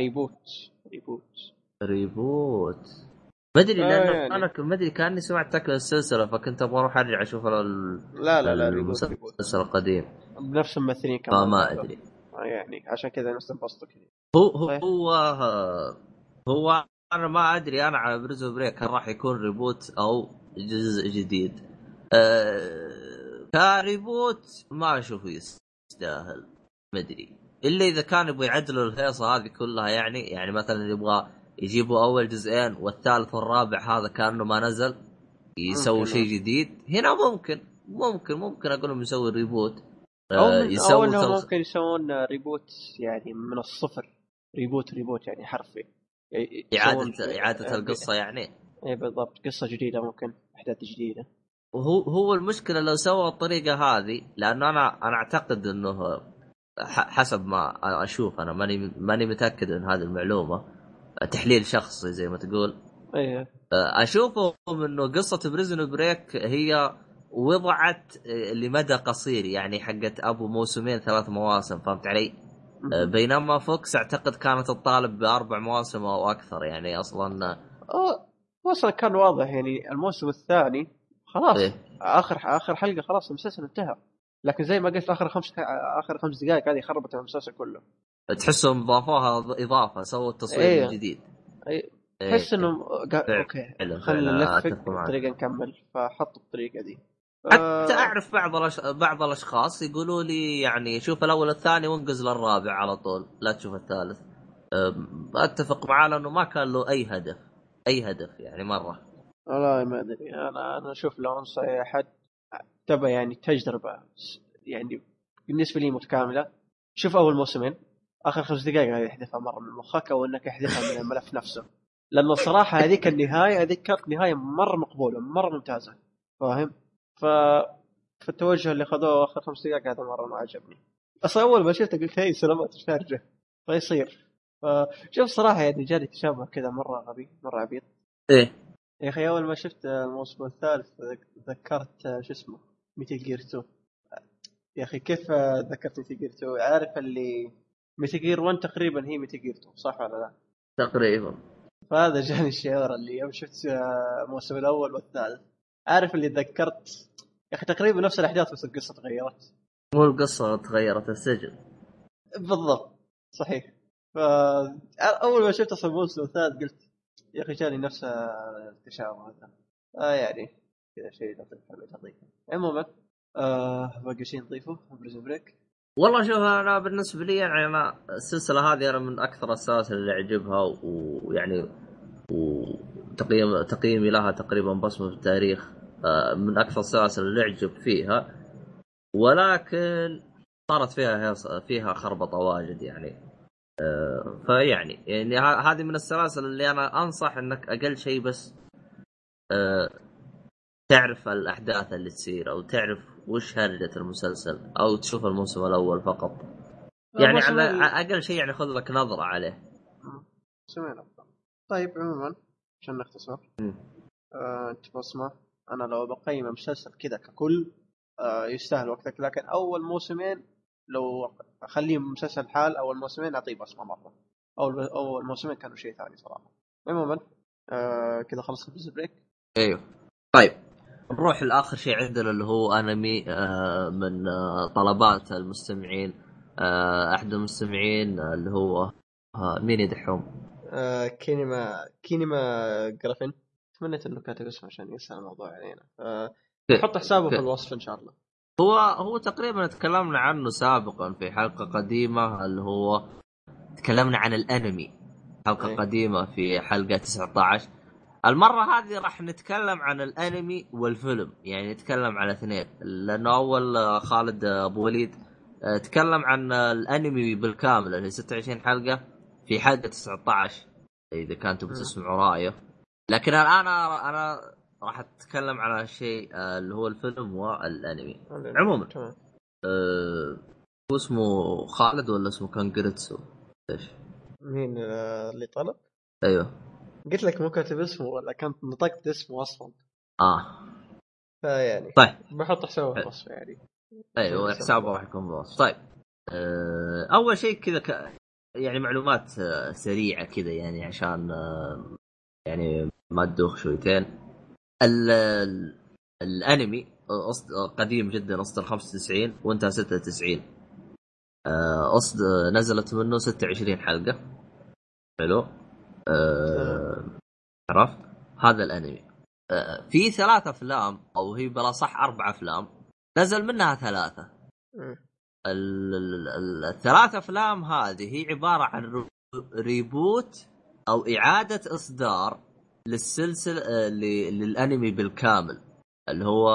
ريبوت ما ادري لانه يعني. انا ما ادري كاني سمعت تكمل السلسله فكنت ابغى اروح ارجع اشوف لا ريبوت المسلسل القديم، بنفس الممثلين كمان فما ادري يعني عشان كذا ناس انبسطوا كذا. هو انا ما ادري انا على بريزو بريك هل راح يكون ريبوت او جزء جديد. كريبوت ما اشوفه يستاهل، ما ادري الا اذا كان يبغى يعدلوا الهيصه هذه كلها، يعني مثلا يبغى يجيبوا اول جزئين والثالث والرابع هذا كانه ما نزل، يسوي شيء جديد هنا. ممكن اقول لهم يسوي ريبوت، او انهم ممكن يسوون ريبوت يعني من الصفر، ريبوت يعني حرفي، إعادة القصة يعني. ايه بالضبط، قصة جديدة ممكن احداث جديدة. وهو المشكلة لو سووا الطريقة هذه، لأنه أنا أعتقد إنه حسب ما أشوف، أنا ماني متأكد من هذه المعلومة، تحليل شخصي زي ما تقول. ايه أشوفهم إنه قصة بريزن بريك هي وضعت لمدى قصير، يعني حقت أبو موسمين 3 مواسم، فهمت علي؟ بينما فوكس أعتقد كانت تطالب ب4 مواسم أو أكثر، يعني أصلا كان واضح يعني الموسم الثاني خلاص. إيه؟ آخر حلقة خلاص المسلسل انتهى، لكن زي ما قلت آخر 5 دقائق هذه خربت المسلسل كله. تحسهم ضافوها إضافة، سووا التصوير الجديد. تحس إنه أوكي خلنا نلفق بطريقة نكمل، فحطوا الطريقة دي. حتى أعرف بعض الأشخاص يقولوا لي يعني شوف الأول الثاني وانقز للرابع على طول، لا تشوف الثالث. أتفق معاه لأنه ما كان له أي هدف يعني مرة. والله ما أدري، أنا أشوف لو أنصح أحد تبى يعني تجربة يعني بالنسبة لي متكاملة، شوف أول موسمين، آخر 5 دقائق هذه احذفها مرة من مخك، أو إنك احذفها من الملف نفسه، لأنه الصراحة هذيك النهاية هذيك كانت نهاية مرة مقبولة مرة ممتازة فاهم. فالتوجه اللي خذوه آخر 5 دقائق هذا مرة ما عجبني. أصلا أول ما شفته قلت هاي سلامات الشارجة فيصير. فشوف صراحة يعني جاني تشابه كذا مرة غبي مرة عبيط. إيه يا أخي أول ما شفت الموسم الثالث ذكرت شو اسمه ميتل جير 2. يا أخي كيف ذكرت ميتل جير 2؟ عارف اللي ميتل جير 1 تقريبا هي ميتل جير 2 صح ولا لا؟ تقريبا. فهذا جاني الشعور اللي يوم شفت الموسم الأول والثالث عارف اللي ذكرت يا أخي تقريبا نفس الأحداث بس القصة تغيرت. مو القصة تغيرت السجن بالضبط صحيح. فأول ما شفت أصلا الموسم الثالث قلت يا أخي جاني نفس التشابه هذا. يعني كذا شيء لطيف. عموما باقي شيء نضيفه بريزن بريك. والله شوف انا بالنسبه لي يعني انا السلسله هذه انا من اكثر السلاسل اللي اعجبها ويعني تقييمي لها تقريبا بصمه في التاريخ. من اكثر السلاسل اللي اعجب فيها ولكن صارت فيها خربطه واجد يعني. فيعني هذه من السلاسل اللي انا انصح انك اقل شيء بس تعرف الأحداث اللي تصير أو تعرف وش هرجة المسلسل أو تشوف الموسم الأول فقط يعني على أقل شيء يعني خذ لك نظرة عليه. سمعنا. طيب عموما عشان نختصر انت بصمة أنا لو بقيم مسلسل كذا ككل يستاهل وقتك لكن أول موسمين لو أخليه مسلسل حال أول موسمين أعطيه بصمة مرة. أول موسمين كانوا شيء ثاني صراحة. عموما كذا خلصنا في بريك. أيوه طيب نروح لآخر شيء عندنا اللي هو أنمي من طلبات المستمعين. أحد المستمعين اللي هو مين يدحوم كينيما جرافين. تمنيت انه كاتب اسمه عشان يسهل الموضوع علينا. نحط حسابه في الوصف ان شاء الله. هو تقريبا تكلمنا عنه سابقا في حلقة قديمة اللي هو تكلمنا عن الأنمي حلقة قديمة في حلقة 19. المرة هذه راح نتكلم عن الأنمي والفيلم يعني نتكلم على اثنين لأنه أول خالد أبو وليد تكلم عن الأنمي بالكامل اللي 26 حلقة في حلقة 19 إذا كنتوا بتسمعوا رأيه. لكن الآن أنا راح أتكلم على شيء اللي هو الفيلم والأنمي. عموما هو اسمه خالد ولا اسمه كانجريتسو إيش مين اللي طلب؟ أيوه قلت لك مو كاتب اسمه ولا كنت نطقت اسمه أصلا. فيعني طيب بحط حسابه في الوصف يعني. أيوه حسابه راح يكون بالوصف. طيب أول شيء كذا يعني معلومات سريعة كذا يعني عشان يعني ما تدوخ شويتين. الأنمي قديم جدا أصدر 95 وانتهى 96. نزلت منه 26 حلقة. حلو عرفت هذا الأنمي في 3 أفلام أو هي بلا صح 4 أفلام نزل منها 3. ال3 أفلام هذه هي عبارة عن ريبوت أو إعادة إصدار للسلسلة للأنمي بالكامل اللي هو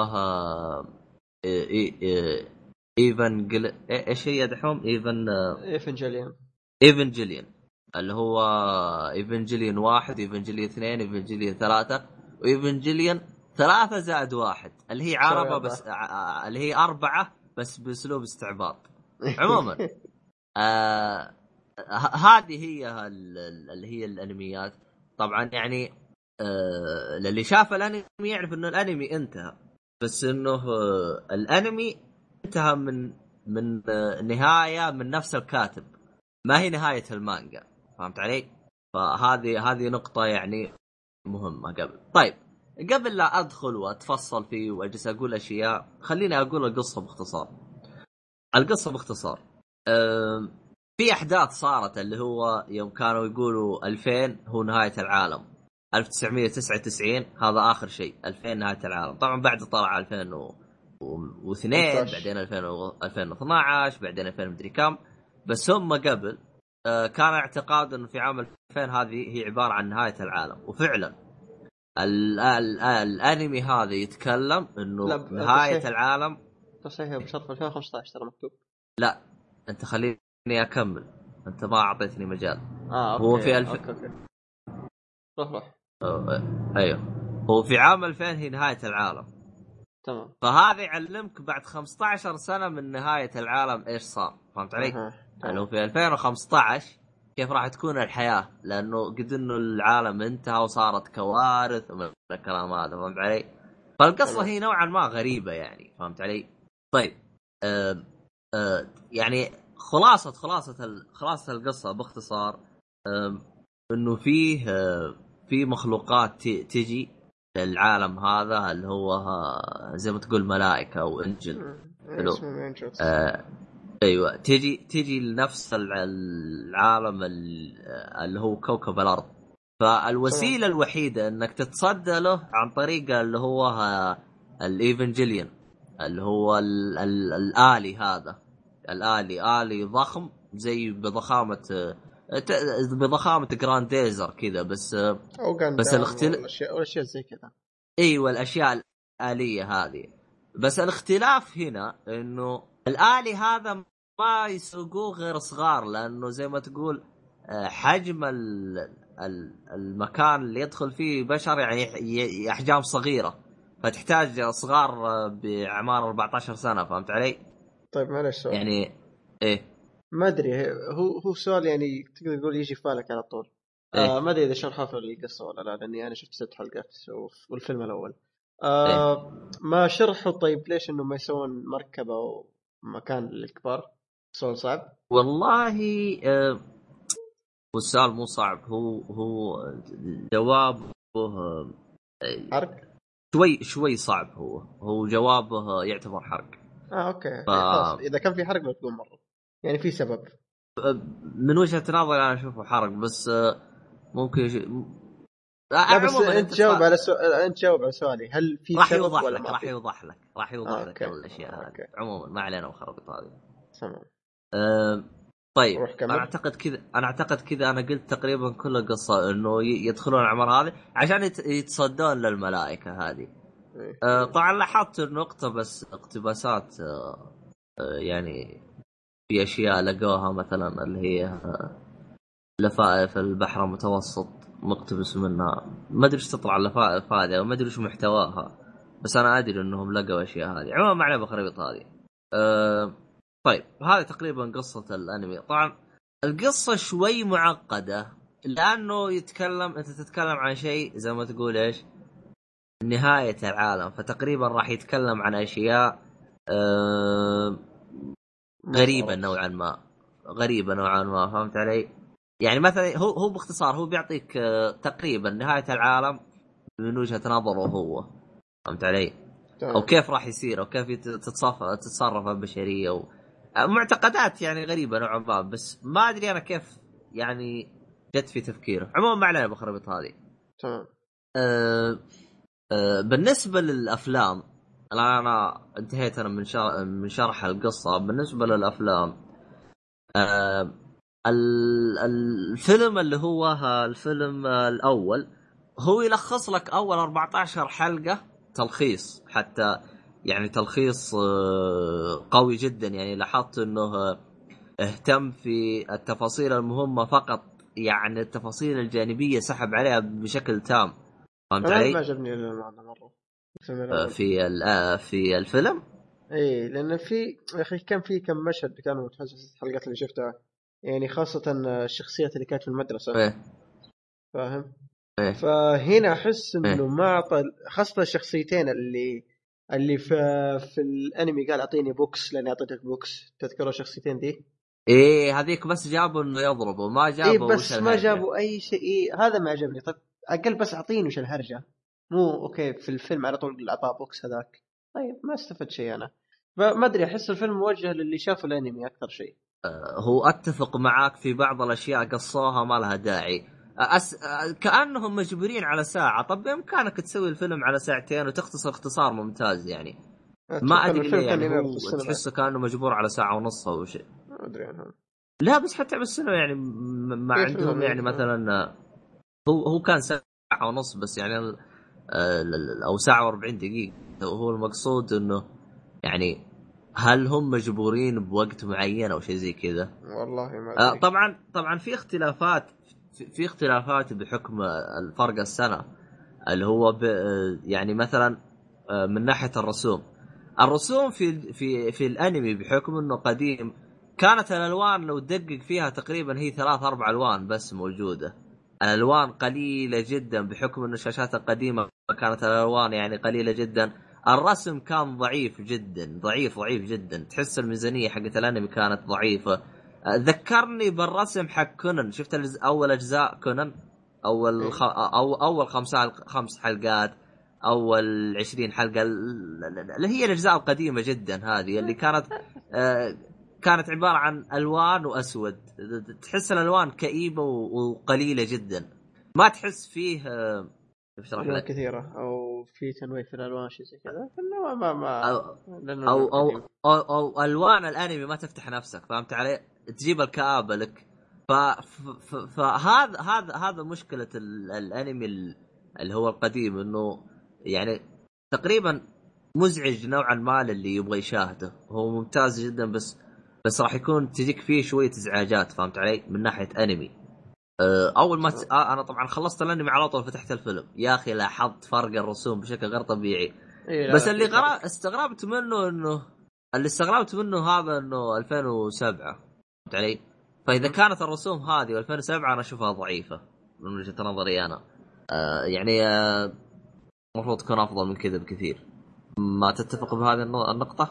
إيش هي دحوم إيفنجيليون اللي هو إيفنجيليون 1 إيفنجيليون 2 إيفنجيليون 3 وإيفنجيليون 3+1 اللي هي عربة بس اللي هي 4 بس بأسلوب استعباط. عموما هذه هي اللي هي الأنميات. طبعا يعني اللي شاف الأنمي يعرف إنه الأنمي انتهى بس إنه الأنمي انتهى من نهاية من نفس الكاتب ما هي نهاية المانجا. فهمت علي؟ فهذه نقطة يعني مهمة طيب قبل لا أدخل وأتفصل فيه وأجلس أقول أشياء خليني أقول القصة باختصار. في أحداث صارت اللي هو يوم كانوا يقولوا 2000 هو نهاية العالم 1999 هذا آخر شيء 2000 نهاية العالم. طبعا بعد طلع 2002 بعدين 2012 بعدين 2000 مدري كم بس هم قبل كان اعتقاد انه في عام 2000 هذه هي عبارة عن نهاية العالم. وفعلا الانمي هذا يتكلم انه نهاية العالم تصحيح بشرط 2015 ترى مكتوب. لا انت خليني اكمل انت ما اعطيتني مجال. أوكي. هو في أوكي. روح. ايوه هو في عام 2000 هي نهايه العالم. تمام. فهذا يعلمك بعد 15 سنه من نهايه العالم ايش صار. فهمت علي؟ لو في 2015 كيف راح تكون الحياه، لانه قد انه العالم انتهى وصارت كوارث ومن الكلام هذا. فهمت علي؟ فالقصه هي نوعا ما غريبه يعني. فهمت علي؟ طيب يعني خلاصة القصة باختصار انه فيه في مخلوقات تجي للعالم هذا اللي هو زي ما تقول ملائكة او انجل. ايوه تجي لنفس العالم اللي هو كوكب الارض. فالوسيلة الوحيدة انك تتصدى له عن طريق اللي هو الايفنجيليون اللي هو الآلي. هذا الآلي ضخم زي بضخامة جرانديزر كذا، بس الاشياء زي كذا. ايوه الاشياء الآلية هذه. بس الاختلاف هنا انه الآلي هذا ما يسوقوه غير صغار، لانه زي ما تقول حجم المكان اللي يدخل فيه بشر يعني احجام صغيرة، فتحتاج صغار بأعمار 14 سنة. فهمت علي؟ طيب معلش سؤال يعني ايه ما ادري، هو سؤال يعني تقدر تقول يجي في بالك على طول. إيه؟ ما ادري اذا شرحه في القصه ولا لا، لاني انا شفت 6 حلقات والفيلم الاول إيه؟ ما شرحوا. طيب ليش انه ما يسوون مركبه ومكان للكبار؟ سؤال صعب والله. والسؤال مو صعب، هو جوابه حرق شوي صعب. هو جوابه يعتبر حرق. اوكي خلاص، اذا كان في حرق لا تقول مره، يعني في سبب. من وجهة نظري انا اشوفه حرق، بس ممكن لا بس انت جاوب على انت جاوب على سؤالي، هل في سبب ولا ما في؟ راح يوضح لك الاشياء هذه. عموما ما علينا وخربط هذه. تمام. طيب انا اعتقد كذا انا قلت تقريبا كل القصه، انه يدخلون العمر هذه عشان يتصدون للملائكه هذه. طبعا لاحظت انه اقتباسات يعني في اشياء لقوها مثلا اللي هي لفائف البحر المتوسط مقتبس منها. ما ادري ايش تطلع اللفائف هذه وما ادري ايش محتواها، بس انا ادري انهم لقوا اشياء هذه. عموما ما عليه بخربط هذه. طيب هذه تقريبا قصة الانمي. طبعا القصة شوي معقدة، لانه انت تتكلم عن شيء زي ما تقول ايش نهاية العالم، فتقريبا راح يتكلم عن اشياء غريبة نوعا ما. فهمت علي؟ يعني مثلا هو باختصار هو بيعطيك تقريبا نهاية العالم من وجهة نظره هو. فهمت علي؟ او كيف راح يصير، او كيف تتصرف البشرية معتقدات يعني غريبة نوعا ما، بس ما ادري انا كيف يعني جت في تفكيره. عموما ما علينا بخربط هذه. تمام. بالنسبة للأفلام، أنا انتهيت أنا من شرح القصة. بالنسبة للأفلام الفيلم اللي هو الفيلم الأول هو يلخص لك أول 14 حلقة تلخيص، حتى يعني تلخيص قوي جدا. يعني لاحظت أنه اهتم في التفاصيل المهمة فقط، يعني التفاصيل الجانبية سحب عليها بشكل تام. فهمت علي؟ ما عجبني المعنى مرة في الفيلم. ايه لأن في أخي كان في كم مشهد كانوا متحسس الحلقات اللي شفتها، يعني خاصة الشخصيات اللي كانت في المدرسة. إيه؟ فاهم؟ إيه؟ فهنا أحس إنه ما أعطى، خاصة الشخصيتين اللي في الأنمي قال أعطيني بوكس لأني أعطيتك بوكس. تذكروا الشخصيتين دي؟ إيه هذيك بس جابوا إنه يضربوا، ما جابوا إيه بس ما جابوا أي شيء. إيه هذا ما عجبني. طيب أقل بس أعطيني وش الهرجة، مو أوكي في الفيلم على طول أعطاه بوكس هذاك. طيب ما استفدت شيء أنا. ما أدري، أحس الفيلم موجه للي شافوا الأنمي أكثر شيء. هو أتفق معاك في بعض الأشياء قصوها ما لها داعي. كأنهم مجبورين على ساعة. طب بإمكانك تسوي الفيلم على ساعتين وتختصر اختصار ممتاز يعني. ما أدري ليه يعني هو تحسه كأنه مجبور على ساعة ونص أو شيء. ما أدري عنها. لا بس حتى بالسنة يعني ما عندهم يعني مثلا هو كان ساعة ونص بس يعني أو ساعة و40 دقيقة. هو المقصود إنه يعني هل هم مجبورين بوقت معين أو شيء زي كذا؟ والله ما أدري. طبعا في في اختلافات بحكم الفرق السنة اللي هو يعني مثلا من ناحية الرسوم في الانمي بحكم انه قديم كانت الالوان لو تدقق فيها تقريبا هي 3-4 الوان بس موجودة. الالوان قليلة جدا بحكم انه الشاشات القديمة كانت الالوان يعني قليلة جدا. الرسم كان ضعيف جدا، ضعيف جدا، تحس الميزانية حقت الانمي كانت ضعيفة. ذكرني بالرسم حق كونان. شفت اول اجزاء كونان، اول 5 حلقات، اول 20 حلقة اللي هي الاجزاء القديمة جدا هذه اللي كانت عبارة عن الوان واسود. تحس الالوان كئيبة وقليلة جدا، ما تحس فيه ألوان كثيرة أو في تنويه في الألوان شيء زي كذا. ما أو ألوان الأنمي ما تفتح نفسك، فهمت علي؟ تجيب الكآبة لك. فهذا مشكلة الأنمي اللي هو القديم، إنه يعني تقريبا مزعج نوعا ما للي يبغى يشاهده. هو ممتاز جدا بس راح يكون تجيك فيه شوية إزعاجات، فهمت علي؟ من ناحية أنمي. اول ما انا طبعا خلصت الانمي على طول فتحت الفيلم، يا اخي لاحظت فرق الرسوم بشكل غير طبيعي. بس اللي استغربت منه هذا انه 2007، فهمت علي؟ فاذا كانت الرسوم هذه و2007 انا اشوفها ضعيفه من وجهه نظري انا. يعني المفروض تكون افضل من كذا بكثير. ما تتفق بهذه النقطه؟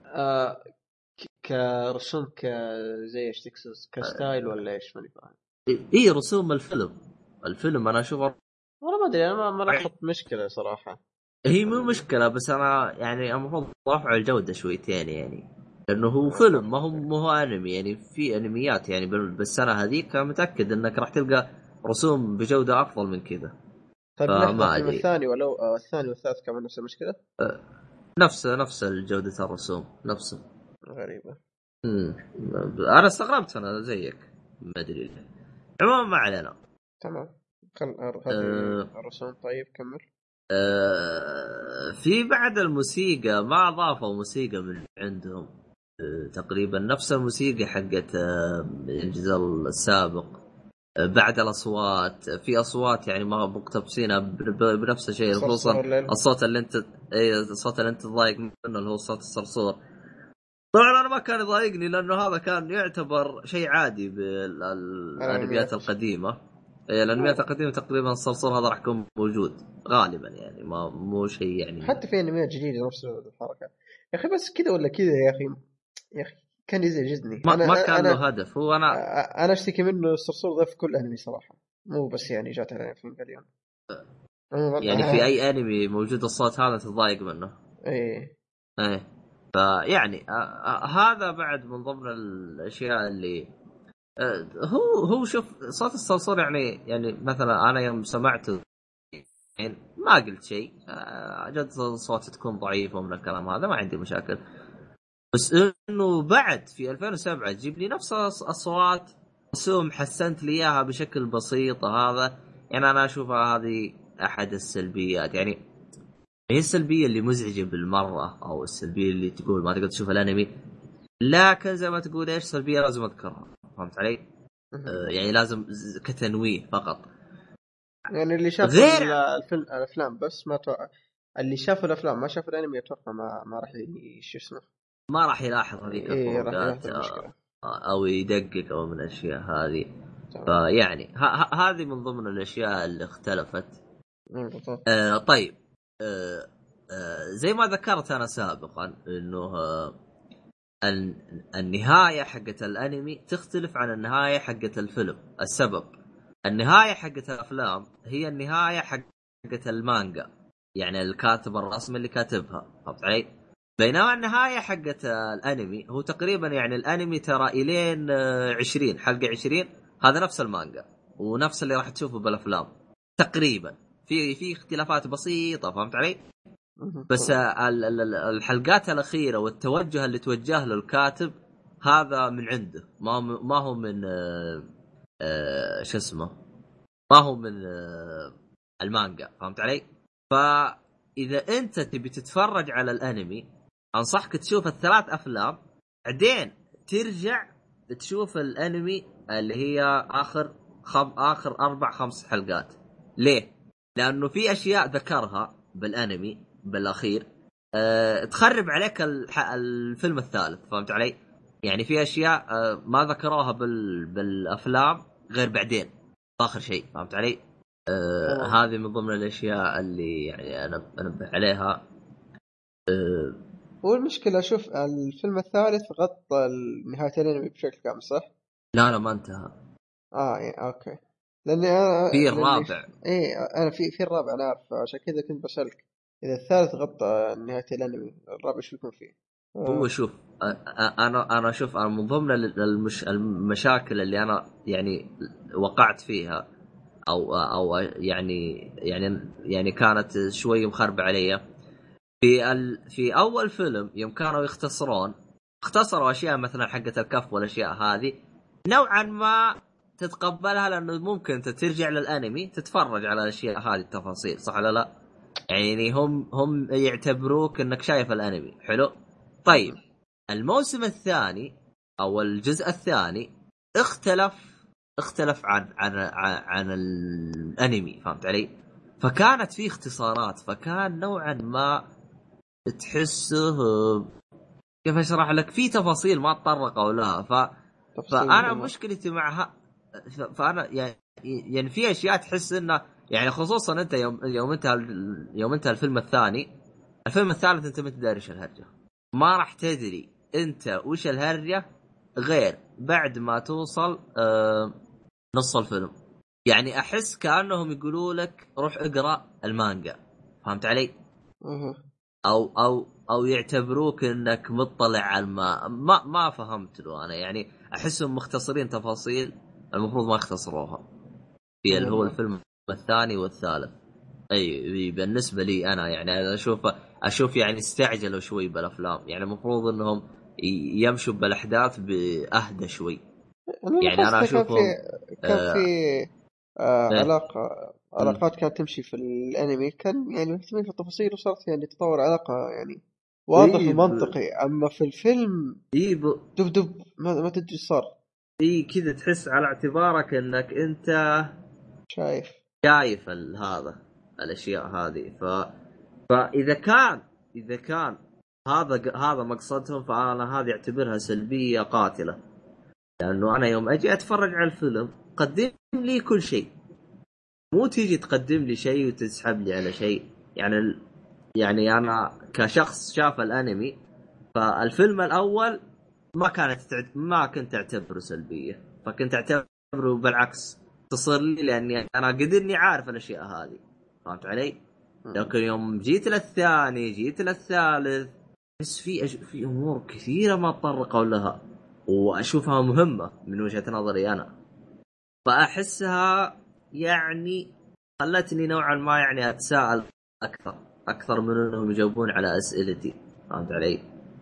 كرسوم زي ايش تكسس كستايل ولا ايش؟ ماني فاهم. ايه رسوم الفيلم انا اشوفه والله ما ادري، انا ما لاحظت مشكله صراحه. هي مو مشكله، بس انا يعني المفروض رفع الجوده شويتين يعني، لانه هو فيلم ما هو انمي. يعني في انميات يعني بالسنه هذيك متاكد انك راح تلقى رسوم بجوده افضل من كذا. طيب لحظه، الفيلم الثاني ولو الثاني والثالث كمان نفس المشكله؟ نفس الجوده الرسوم نفسه. غريبه. انا استغربت انا زيك، ما ادري. عموما ما علينا. تمام، الرسوم. طيب كمل. في بعد الموسيقى ما أضافوا موسيقى من عندهم. تقريبا نفس الموسيقى حقت الجزء السابق. بعد الأصوات، في أصوات يعني ما مقتبسينها بنفس الشيء، خصوصا الصوت اللي أنت تضايق منه اللي هو صوت الصرصور. طبعا أنا ما كان يضايقني لأنه هذا كان يعتبر شيء عادي بالأنميات القديمة. الانميات القديمه تقريبا الصرصور هذا راح يكون موجود غالبا، يعني ما مو شيء يعني. حتى في انميات جديده نفس الحركه يا اخي، بس كذا ولا كذا يا اخي كان يزعجني. ما كان له هدف. هو انا اشتكي منه الصرصور ذا في كل انمي صراحه، مو بس يعني جات علينا في اليوم. يعني في اي انمي موجود الصوت هذا تضايق منه. ايه فيعني هذا بعد من ضمن الاشياء اللي هو شوف صوت الصرصور يعني مثلا انا يوم سمعته يعني ما قلت شيء. جودة الصوت تكون ضعيفة ومن الكلام هذا ما عندي مشاكل، بس انه بعد في 2007 تجيب لي نفس الصوت رسوم حسنت لي اياها بشكل بسيط. هذا يعني انا اشوفها هذه احد السلبيات. يعني هي السلبية اللي مزعجة بالمرة، او السلبية اللي تقول ما تقدر تشوف الانمي، لكن زي ما تقول ايش سلبية لازم اذكرها، فهمت علي؟ يعني لازم كتنويه فقط. يعني اللي شاف الافلام بس ما توقع. اللي شاف الافلام ما شاف الانمي اتوقع ما راح شو اسمه، ما راح يلاحظ هذيك الفروقات او يدقق او من الاشياء هذه. فيعني هذه من ضمن الاشياء اللي اختلفت. طيب زي ما ذكرت انا سابقا انه النهاية حقت الانمي تختلف عن النهاية حقت الفيلم. السبب النهاية حقت الافلام هي النهاية حقت المانجا، يعني الكاتب الرسمي اللي كاتبها، فهمت علي؟ بينما النهاية حقت الانمي هو تقريبا يعني الانمي ترى الين 20 حلقة 20 هذا نفس المانجا ونفس اللي راح تشوفه بالافلام تقريبا. في اختلافات بسيطة، فهمت علي؟ بس الحلقات الأخيرة والتوجه اللي توجه له الكاتب هذا من عنده، ما هو من شو اسمه، ما هو من المانجا، فهمت علي؟ فإذا أنت تبي تتفرج على الأنمي أنصحك تشوف ال3 أفلام بعدين ترجع تشوف الأنمي اللي هي آخر اخر 4-5 حلقات. ليه؟ لانه في اشياء ذكرها بالانمي بالاخير تخرب عليك الفيلم الثالث، فهمت علي؟ يعني في اشياء ما ذكروها بالافلام غير بعدين اخر شيء، فهمت علي؟ هذه من ضمن الاشياء اللي يعني انا انبه عليها. والمشكلة شوف الفيلم الثالث غطى نهاية الانمي بشكل كامل صح؟ لا ما انتهى. يعني اوكي، لاني انا في الرابع انا في الرابع انا عارف، عشان كذا كنت بسألك اذا الثالث غطى نهاية الانمي الرابع شو يكون فيه. هو شوف انا شوف انا من ضمن المشاكل اللي انا يعني وقعت فيها او يعني كانت شوي مخربة علي في اول فيلم يوم كانوا اختصروا اشياء مثلا حقة الكف والاشياء هذه نوعا ما تتقبلها، لانه ممكن ترجع للانمي تتفرج على الاشياء هذه التفاصيل، صح ولا لا؟ يعني هم يعتبروك انك شايف الانمي حلو. طيب الموسم الثاني او الجزء الثاني اختلف عن الانمي، فهمت علي؟ فكانت فيه اختصارات، فكان نوعا ما تحسه كيف اشرح لك، في تفاصيل ما تطرقوا لها. فانا مشكلتي معها فانا يعني في اشياء تحس انه يعني خصوصا انت يوم انت الفيلم الثالث انت ما تدري ايش الهرجه، ما راح تدري انت وش الهرجه غير بعد ما توصل نص الفيلم. يعني احس كانهم يقولوا لك روح اقرا المانجا، فهمت علي؟ او يعتبروك انك مطلع على ما فهمت له انا. يعني احسهم مختصرين تفاصيل المفروض ما يختصروها في اللي هو الفيلم الثاني والثالث. اي بالنسبه لي انا يعني اشوف يعني استعجلوا شوي بالافلام، يعني المفروض انهم يمشوا بالاحداث باهدى شوي. يعني انا اشوفهم كان في علاقات كانت تمشي في الانمي، كان يعني مهتمين في التفاصيل وصارت يعني تطور علاقه يعني واضح ومنطقي. اما في الفيلم دب ما تدري صار كذا، تحس على اعتبارك انك انت شايف هذا الاشياء هذه. فاذا كان هذا مقصدهم، فانا هذه اعتبرها سلبيه قاتله. لانه انا يوم اجي اتفرج على الفيلم قدم لي كل شيء، مو تيجي تقدم لي شيء وتسحب لي على شيء. يعني انا كشخص شاف الانمي، فالفيلم الاول ما كنت اعتبره سلبيه، فكنت اعتبره بالعكس تصير لي، لاني انا قدرني عارف الاشياء هذه، فهمت علي؟ لكن يوم جيت للثاني جيت للثالث بس في امور كثيره ما تطرقوا لها واشوفها مهمه من وجهه نظري انا، فاحسها يعني خلتني نوعا ما يعني اتساءل اكثر من انهم يجاوبون على اسئلتي، فهمت علي؟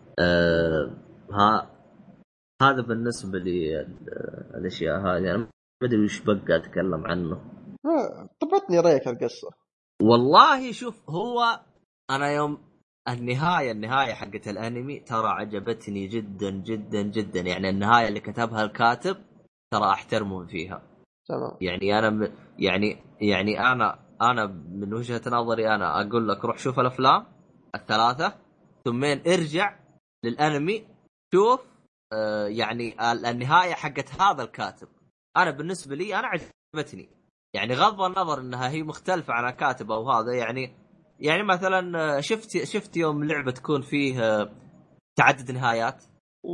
هذا بالنسبه لي الاشياء هذه. انا ما ادري وش بقى اتكلم عنه. طبعتني رايك القصه. والله شوف، هو انا يوم النهايه حقت الانمي ترى عجبتني جدا جدا جدا. يعني النهايه اللي كتبها الكاتب ترى احترمه فيها. تمام. يعني انا يعني انا من وجهه نظري انا اقول لك روح شوف الافلام الثلاثه ثم ارجع للانمي شوف يعني النهايه حقت هذا الكاتب. انا بالنسبه لي انا عجبتني، يعني غض النظر انها هي مختلفه عن الكاتب او هذا. يعني مثلا شفت يوم لعبه تكون فيه تعدد نهايات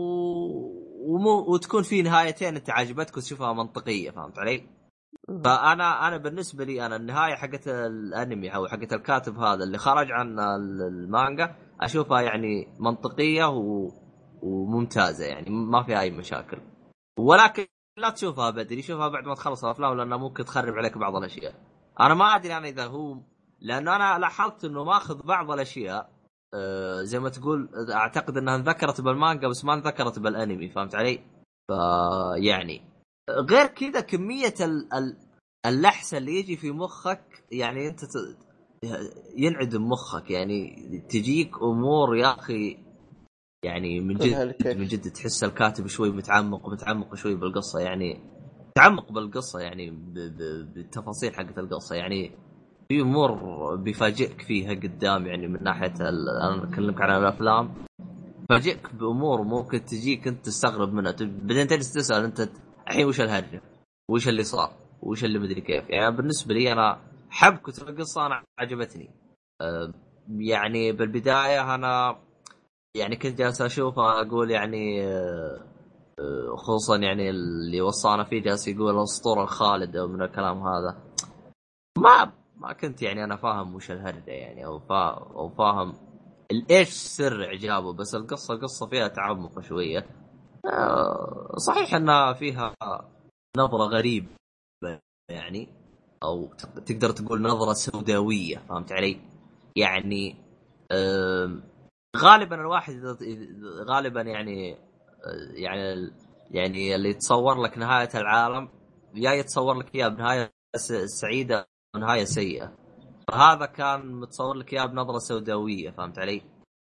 وتكون فيه نهايتين انت عجبتك وتشوفها منطقيه، فهمت علي؟ فانا بالنسبه لي انا النهايه حقت الانمي او حقت الكاتب هذا اللي خرج عن المانجا اشوفها يعني منطقيه وممتازه، يعني ما فيها اي مشاكل. ولكن لا تشوفها بدري، شوفها بعد ما تخلص الافلام لانها ممكن تخرب عليك بعض الاشياء. انا ما ادري انا اذا هو، لانه انا لاحظت انه ماخذ بعض الاشياء زي ما تقول اعتقد انها انذكرت بالمانجا بس ما انذكرت بالانمي، فهمت علي؟ يعني غير كذا كميه اللحس اللي يجي في مخك، يعني انت ينعدم مخك، يعني تجيك امور يا اخي يعني من جد تحس الكاتب شوي متعمق شوي بالقصه. يعني تعمق بالقصه يعني بالتفاصيل حقت القصه. يعني في امور بيفاجئك فيها قدام، يعني من ناحيه انا اكلمك عن الافلام، فاجئك بامور ممكن تجيك انت تستغرب منها، بعدين تجلس تسال انت الحين وش الهرجه، وش اللي صار، وش اللي مدري كيف. يعني بالنسبه لي انا حبكه القصه انا عجبتني. يعني بالبدايه انا يعني كنت جالس اشوف اقول يعني خصوصا يعني اللي وصانا فيه جالس يقول الاسطوره الخالده من الكلام هذا، ما كنت يعني انا فاهم وش الهرجه يعني، او فاهم ايش سر اعجابه. بس القصه فيها تعمق شويه. صحيح انها فيها نظره غريبه يعني، او تقدر تقول نظره سوداويه، فهمت علي؟ يعني غالبا الواحد غالبا يعني يعني يعني اللي يتصور لك نهايه العالم يا يتصور لك اياها بنهايه سعيده ونهايه سيئه، فهذا كان متصور لك اياه بنظره سوداويه، فهمت علي؟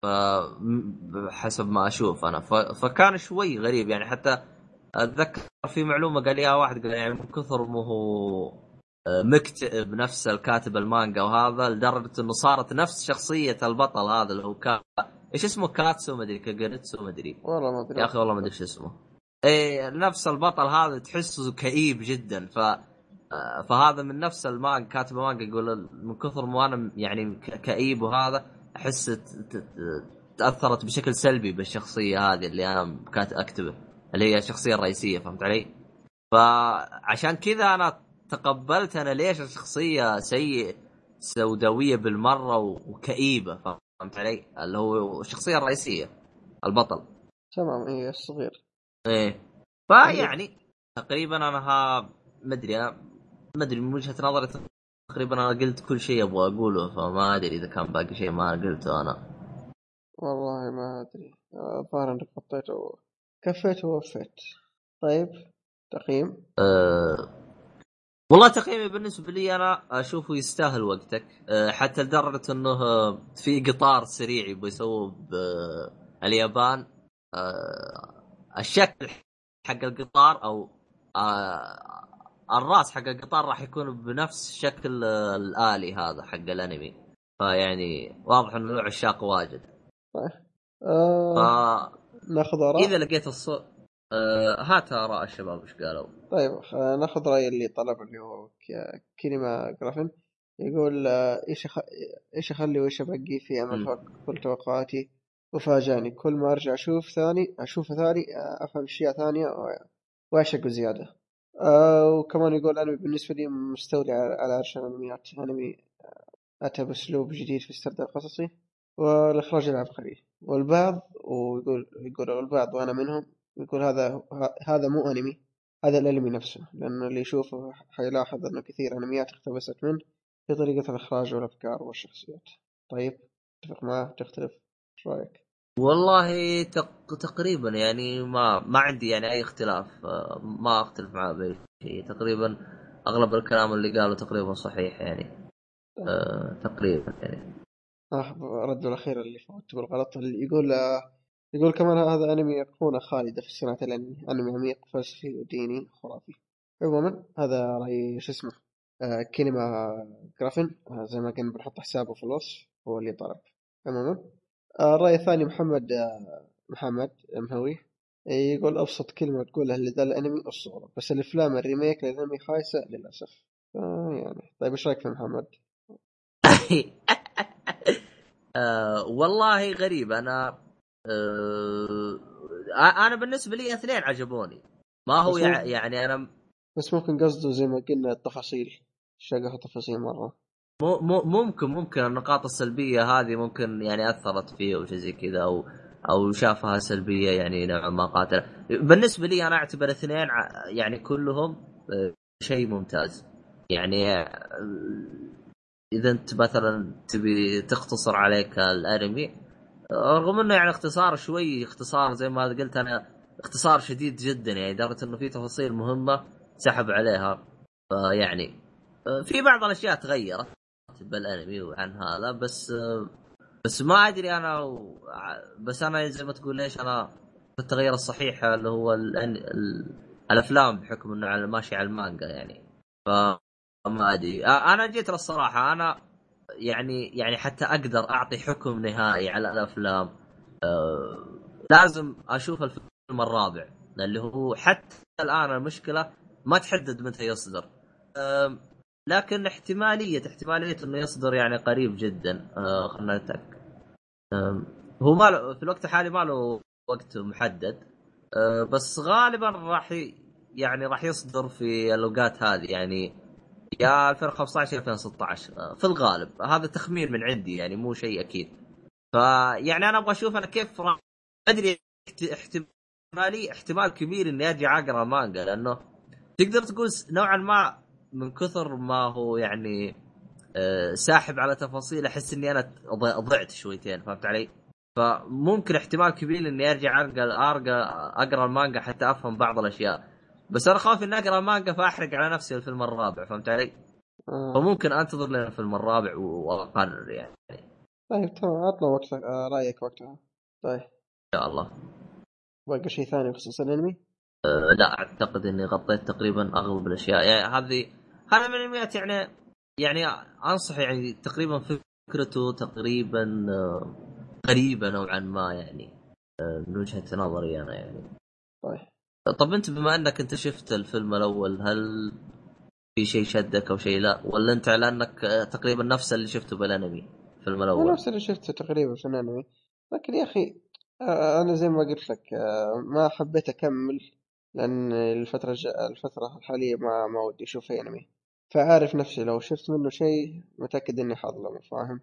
حسب ما اشوف انا فكان شوي غريب يعني. حتى اتذكر في معلومه قال ليها واحد، قال يعني من كثر ما هو مكتئب نفس الكاتب المانجا وهذا، لدرجه انه صارت نفس شخصيه البطل هذا اللي هو ايش اسمه، كاتسو ما ادري، كاغوريتسو ما ادري، والله ما ادري يا اخي والله ما ادري ايش اسمه. ايه نفس البطل هذا تحسه كئيب جدا. فهذا من نفس المانجا، كاتب المانجا يقول من كثر ما انا يعني كئيب وهذا احس تاثرت بشكل سلبي بالشخصيه هذه اللي انا كانت اكتبه، اللي هي الشخصيه الرئيسيه، فهمت علي؟ فعشان كذا انا تقبلت انا ليش الشخصيه سوداويه بالمره وكئيبه، فهمت علي؟ اللي هو الشخصيه الرئيسيه البطل. تمام. ايه الصغير. ايه فيعني تقريبا انا ما ادري من وجهه نظري تقريبا انا قلت كل شيء ابغى اقوله، فما ادري اذا كان باقي شيء ما قلته انا. والله ما ادري، الظاهر انك حطيته كفيت ووفيت. طيب تقييم؟ والله تقييمي بالنسبه لي انا اشوفه يستاهل وقتك. حتى لدرجه انه في قطار سريع يبغى يسووه باليابان. الشكل حق القطار او الراس حق القطار راح يكون بنفس شكل الآلي هذا حق الانمي، فيعني واضح انه له عشاق واجد. طيب ناخذ اذا آراء. لقيت الصوت هات آراء الشباب ايش قالوا. طيب ناخذ رأي اللي طلب، اللي هو كينيما جرافن. يقول ايش اخلي وايش ابقي في عمل فوق كل توقعاتي، وفاجأني كل ما ارجع اشوفه ثاني افهم اشياء ثانية واعشق زيادة. وكمان يقول انا بالنسبة لي مستولي على عرش الانميات، انمي اتى باسلوب جديد في السرد القصصي والاخراج العبقري. والبعض ويقول البعض وانا منهم يقول هذا مو انمي، هذا الانمي نفسه، لأن اللي يشوفه حيلاحظ أنه كثير أنميات اقتبست منه في طريقة الإخراج والأفكار والشخصيات. طيب تتفق معه تختلف؟ ايش رأيك؟ والله تقريبا يعني ما عندي يعني اي اختلاف. ما اختلف معاه باي شيء تقريبا. اغلب الكلام اللي قاله تقريبا صحيح يعني. تقريبا يعني رد الأخير اللي فوت بالغلط، اللي يقول كمان هذا أنمي أيقونة خالدة في صناعة الأنمي، أنمي عميق فلسفي وديني خرافي. عموما هذا رأي شو اسمه كينيما جرافن. زي ما قلنا بنحط حسابه في الوصف، هو اللي طلب. عموما الرأي الثاني محمد مهوي يقول أبسط كلمة تقولها لذا الأنمي أسطورة، بس الأفلام الريميك للأنمي خايسة للأسف. يعني طيب إيش رأيك في محمد؟ والله غريب. انا بالنسبه لي اثنين عجبوني. ما هو يعني انا بس ممكن قصده زي ما قلنا التفاصيل، شقه تفاصيل مرة. ممكن النقاط السلبيه هذه ممكن يعني اثرت فيه او شيء زي كذا، او شافها سلبيه يعني نوعا ما قاتله. بالنسبه لي انا اعتبر اثنين يعني كلهم شيء ممتاز. يعني اذا انت مثلا تبي تختصر عليك الانمي، رغم انه يعني اختصار زي ما قلت انا، اختصار شديد جدا يعني، لدرجه انه في تفاصيل مهمه سحب عليها. فيعني في بعض الاشياء تغيرت بالانمي وعن هذا، بس ما ادري انا بس انا زي ما تقول ليش انا في التغيير الصحيح اللي هو الافلام بحكم انه على ماشي على المانجا يعني. فما ادري انا جيت للصراحه انا يعني حتى اقدر اعطي حكم نهائي على الافلام لازم اشوف الفيلم الرابع اللي هو حتى الان المشكله ما تحدد متى يصدر. لكن احتماليه انه يصدر يعني قريب جدا. خلنا نتاكد. هو ما له في الوقت الحالي ما له وقت محدد. بس غالبا راح يصدر في الاوقات هذه يعني يا 2015 2016 في الغالب. هذا تخمين من عندي يعني مو شيء اكيد. فيعني انا ابغى اشوف انا كيف ادري احتمال كبير اني ارجع اقرا مانجا لانه تقدر تقول نوعا ما من كثر ما هو يعني ساحب على تفاصيل احس اني انا ضعت شويتين فهمت علي. فممكن احتمال كبير اني ارجع اقرا المانجا حتى افهم بعض الاشياء. بس انا خايف اني اقرا مانجا فاحرق على نفسي الفيلم الرابع فهمت علي. فممكن انتظر لنا الفيلم الرابع واقرر يعني. طيب تمام عطنا وقتك رايك وقتها. طيب ان شاء الله. باقي شيء ثاني بخصوص الانمي؟ لا اعتقد اني غطيت تقريبا اغلب الاشياء يعني هذا من الانميات يعني انصح يعني تقريبا فكرته تقريبا قريبه نوعا ما يعني من وجهه نظري انا يعني. طب انت بما انك انت شفت الفيلم الاول هل في شيء شدك او شيء لا ولا انت على انك تقريبا نفس اللي شفته بالانمي الفيلم الاول؟ نفس اللي شفته تقريبا في الانمي. لكن يا اخي انا زي ما قلت لك ما حبيت اكمل لان الفتره الحاليه ما ودي اشوف انمي. فعارف نفسي لو شفت منه شيء متاكد اني حظلمه فاهم.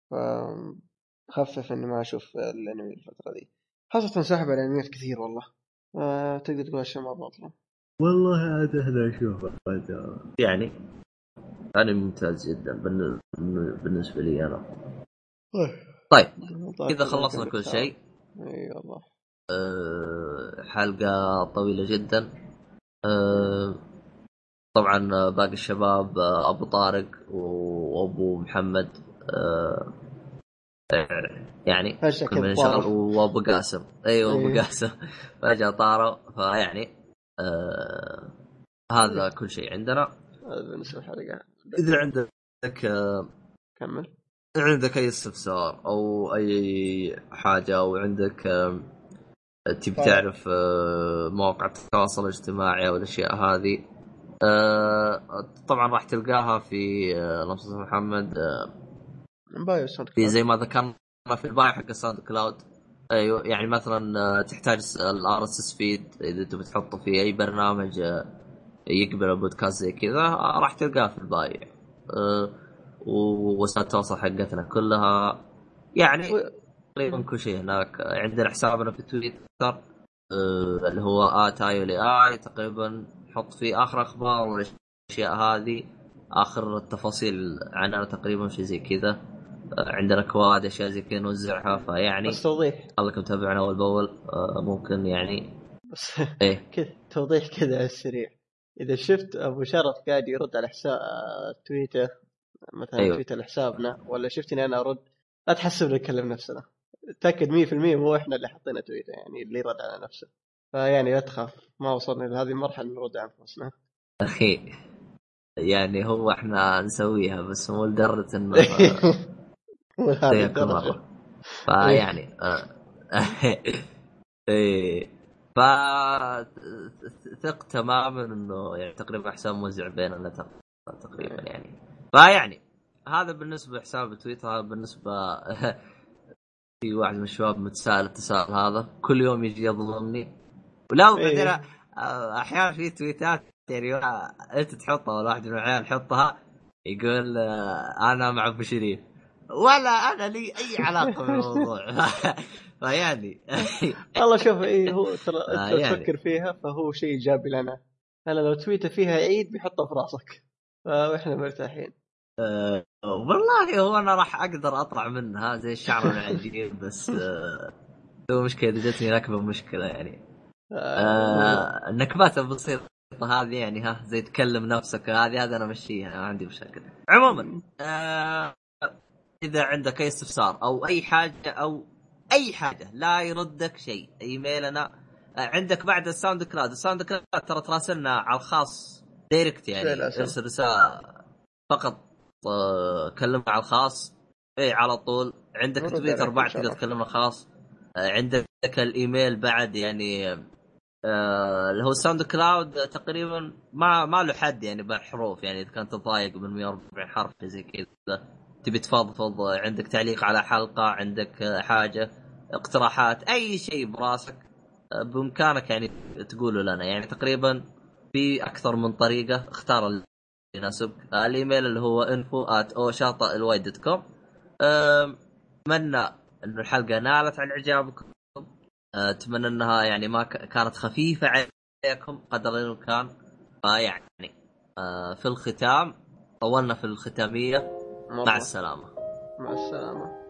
فخفف اني ما اشوف الانمي الفتره دي خاصه سحب الانميات كثير والله. تقدر تقول اشياء ما باطله والله عاد اهلا اشوفه يعني أنا ممتاز جدا بالنسبة لي أنا. طيب إذا خلصنا كل شيء أي والله حلقة طويلة جدا. طبعا باقي الشباب أبو طارق وأبو محمد يعني كل من شغل وأبو قاسم. أيوة أبو قاسم فجأة طاروا فيعني هذا كل شيء عندنا. هذا بالنسبة للحلقة. إذا عندك كمل. عندك أي استفسار أو أي حاجة أو عندك تبي تعرف مواقع التواصل الاجتماعي أو الأشياء هذه طبعا راح تلقاها في لمسة محمد في زي ما ذكرنا في البايو حق الساوند كلاود. أيوة يعني مثلا تحتاج الRSS feed إذا تبي تحطه في أي برنامج يقبل البودكاست زي كذا راح تلقاه في البايو. ووسائل التواصل حقتنا كلها يعني تقريبا كل شيء هناك. عندنا حسابنا في تويتر اللي هو @IOLI تقريبا نحط فيه آخر أخبار والأشياء هذه آخر التفاصيل عننا تقريبا شيء زي كذا. عندنا كواد أشياء زي كذا نوزعها فيعني بس توضيح خليكم تتابعنا أول بأول ممكن يعني بس إيه كذا توضيح كذا على السريع. إذا شفت أبو شرف قاعد يرد على حساب تويتر مثلا أيوه. تويتر لحسابنا ولا شفتني أنا أرد لا تحسب نتكلم نفسنا. تأكد 100% مو إحنا اللي حطينا تويتر يعني اللي يرد على نفسه. فيعني لا تخاف ما وصلنا لهذه المرحلة نرد على أنفسنا أخي يعني هو إحنا نسويها بس مو لدرجة إنه هذه الدرجة فيعني إيه فثق تماما إنه يعني تقريبا حساب موزع بيننا تقريبا يعني. فيعني هذا بالنسبة لحساب تويتر. هذا بالنسبة في واحد من الشباب متسائل التساؤل هذا كل يوم يجي يظلمني ولو بعدين أحيانا في تويتات يعني أنت تحطها ولا واحد من العيال يحطها يقول أنا مع أبو شريف ولا أنا لي أي علاقة بالموضوع. فيعني والله شوف إيه هو ترى أنت يعني تفكر فيها فهو شيء إيجابي لنا. أنا لو تويتر فيها عيد بيحطها في راسك فإحنا مرتاحين. والله هو أنا راح أقدر أطلع منها زي الشعر العجيب بس هو مشكلة جتني نكبة مشكلة يعني النكبات البسيطة هذه يعني ها زي تكلم نفسك هذه أنا مشيها ما عندي مشاكل. عموما إذا عندك أي استفسار أو أي حاجة لا يردك شيء إيميلنا عندك بعد الساوند كلاود ترى تراسلنا على الخاص دايركت، يعني ارسل رسالة فقط، كلمنا على الخاص على طول. عندك تويتر بعد تقدر تكلمنا خاص. عندك الايميل بعد، يعني اللي هو الساوند كلاود تقريبا ما له حد يعني بالحروف، يعني اذا كنت تضايق من 140 حرف زي كذا تبي تفضفض، عندك تعليق على حلقة، عندك حاجة، اقتراحات، اي شيء براسك بامكانك يعني تقوله لنا. يعني تقريبا في اكثر من طريقة، اختار اللي يناسبك. الايميل اللي هو info@oshaطailway.com. اتمنى انه الحلقة نالت عن اعجابكم، اتمنى انها يعني ما كانت خفيفة عليكم قدر الامكان. يعني في الختام طولنا في الختامية. مع السلامة. مع السلامة.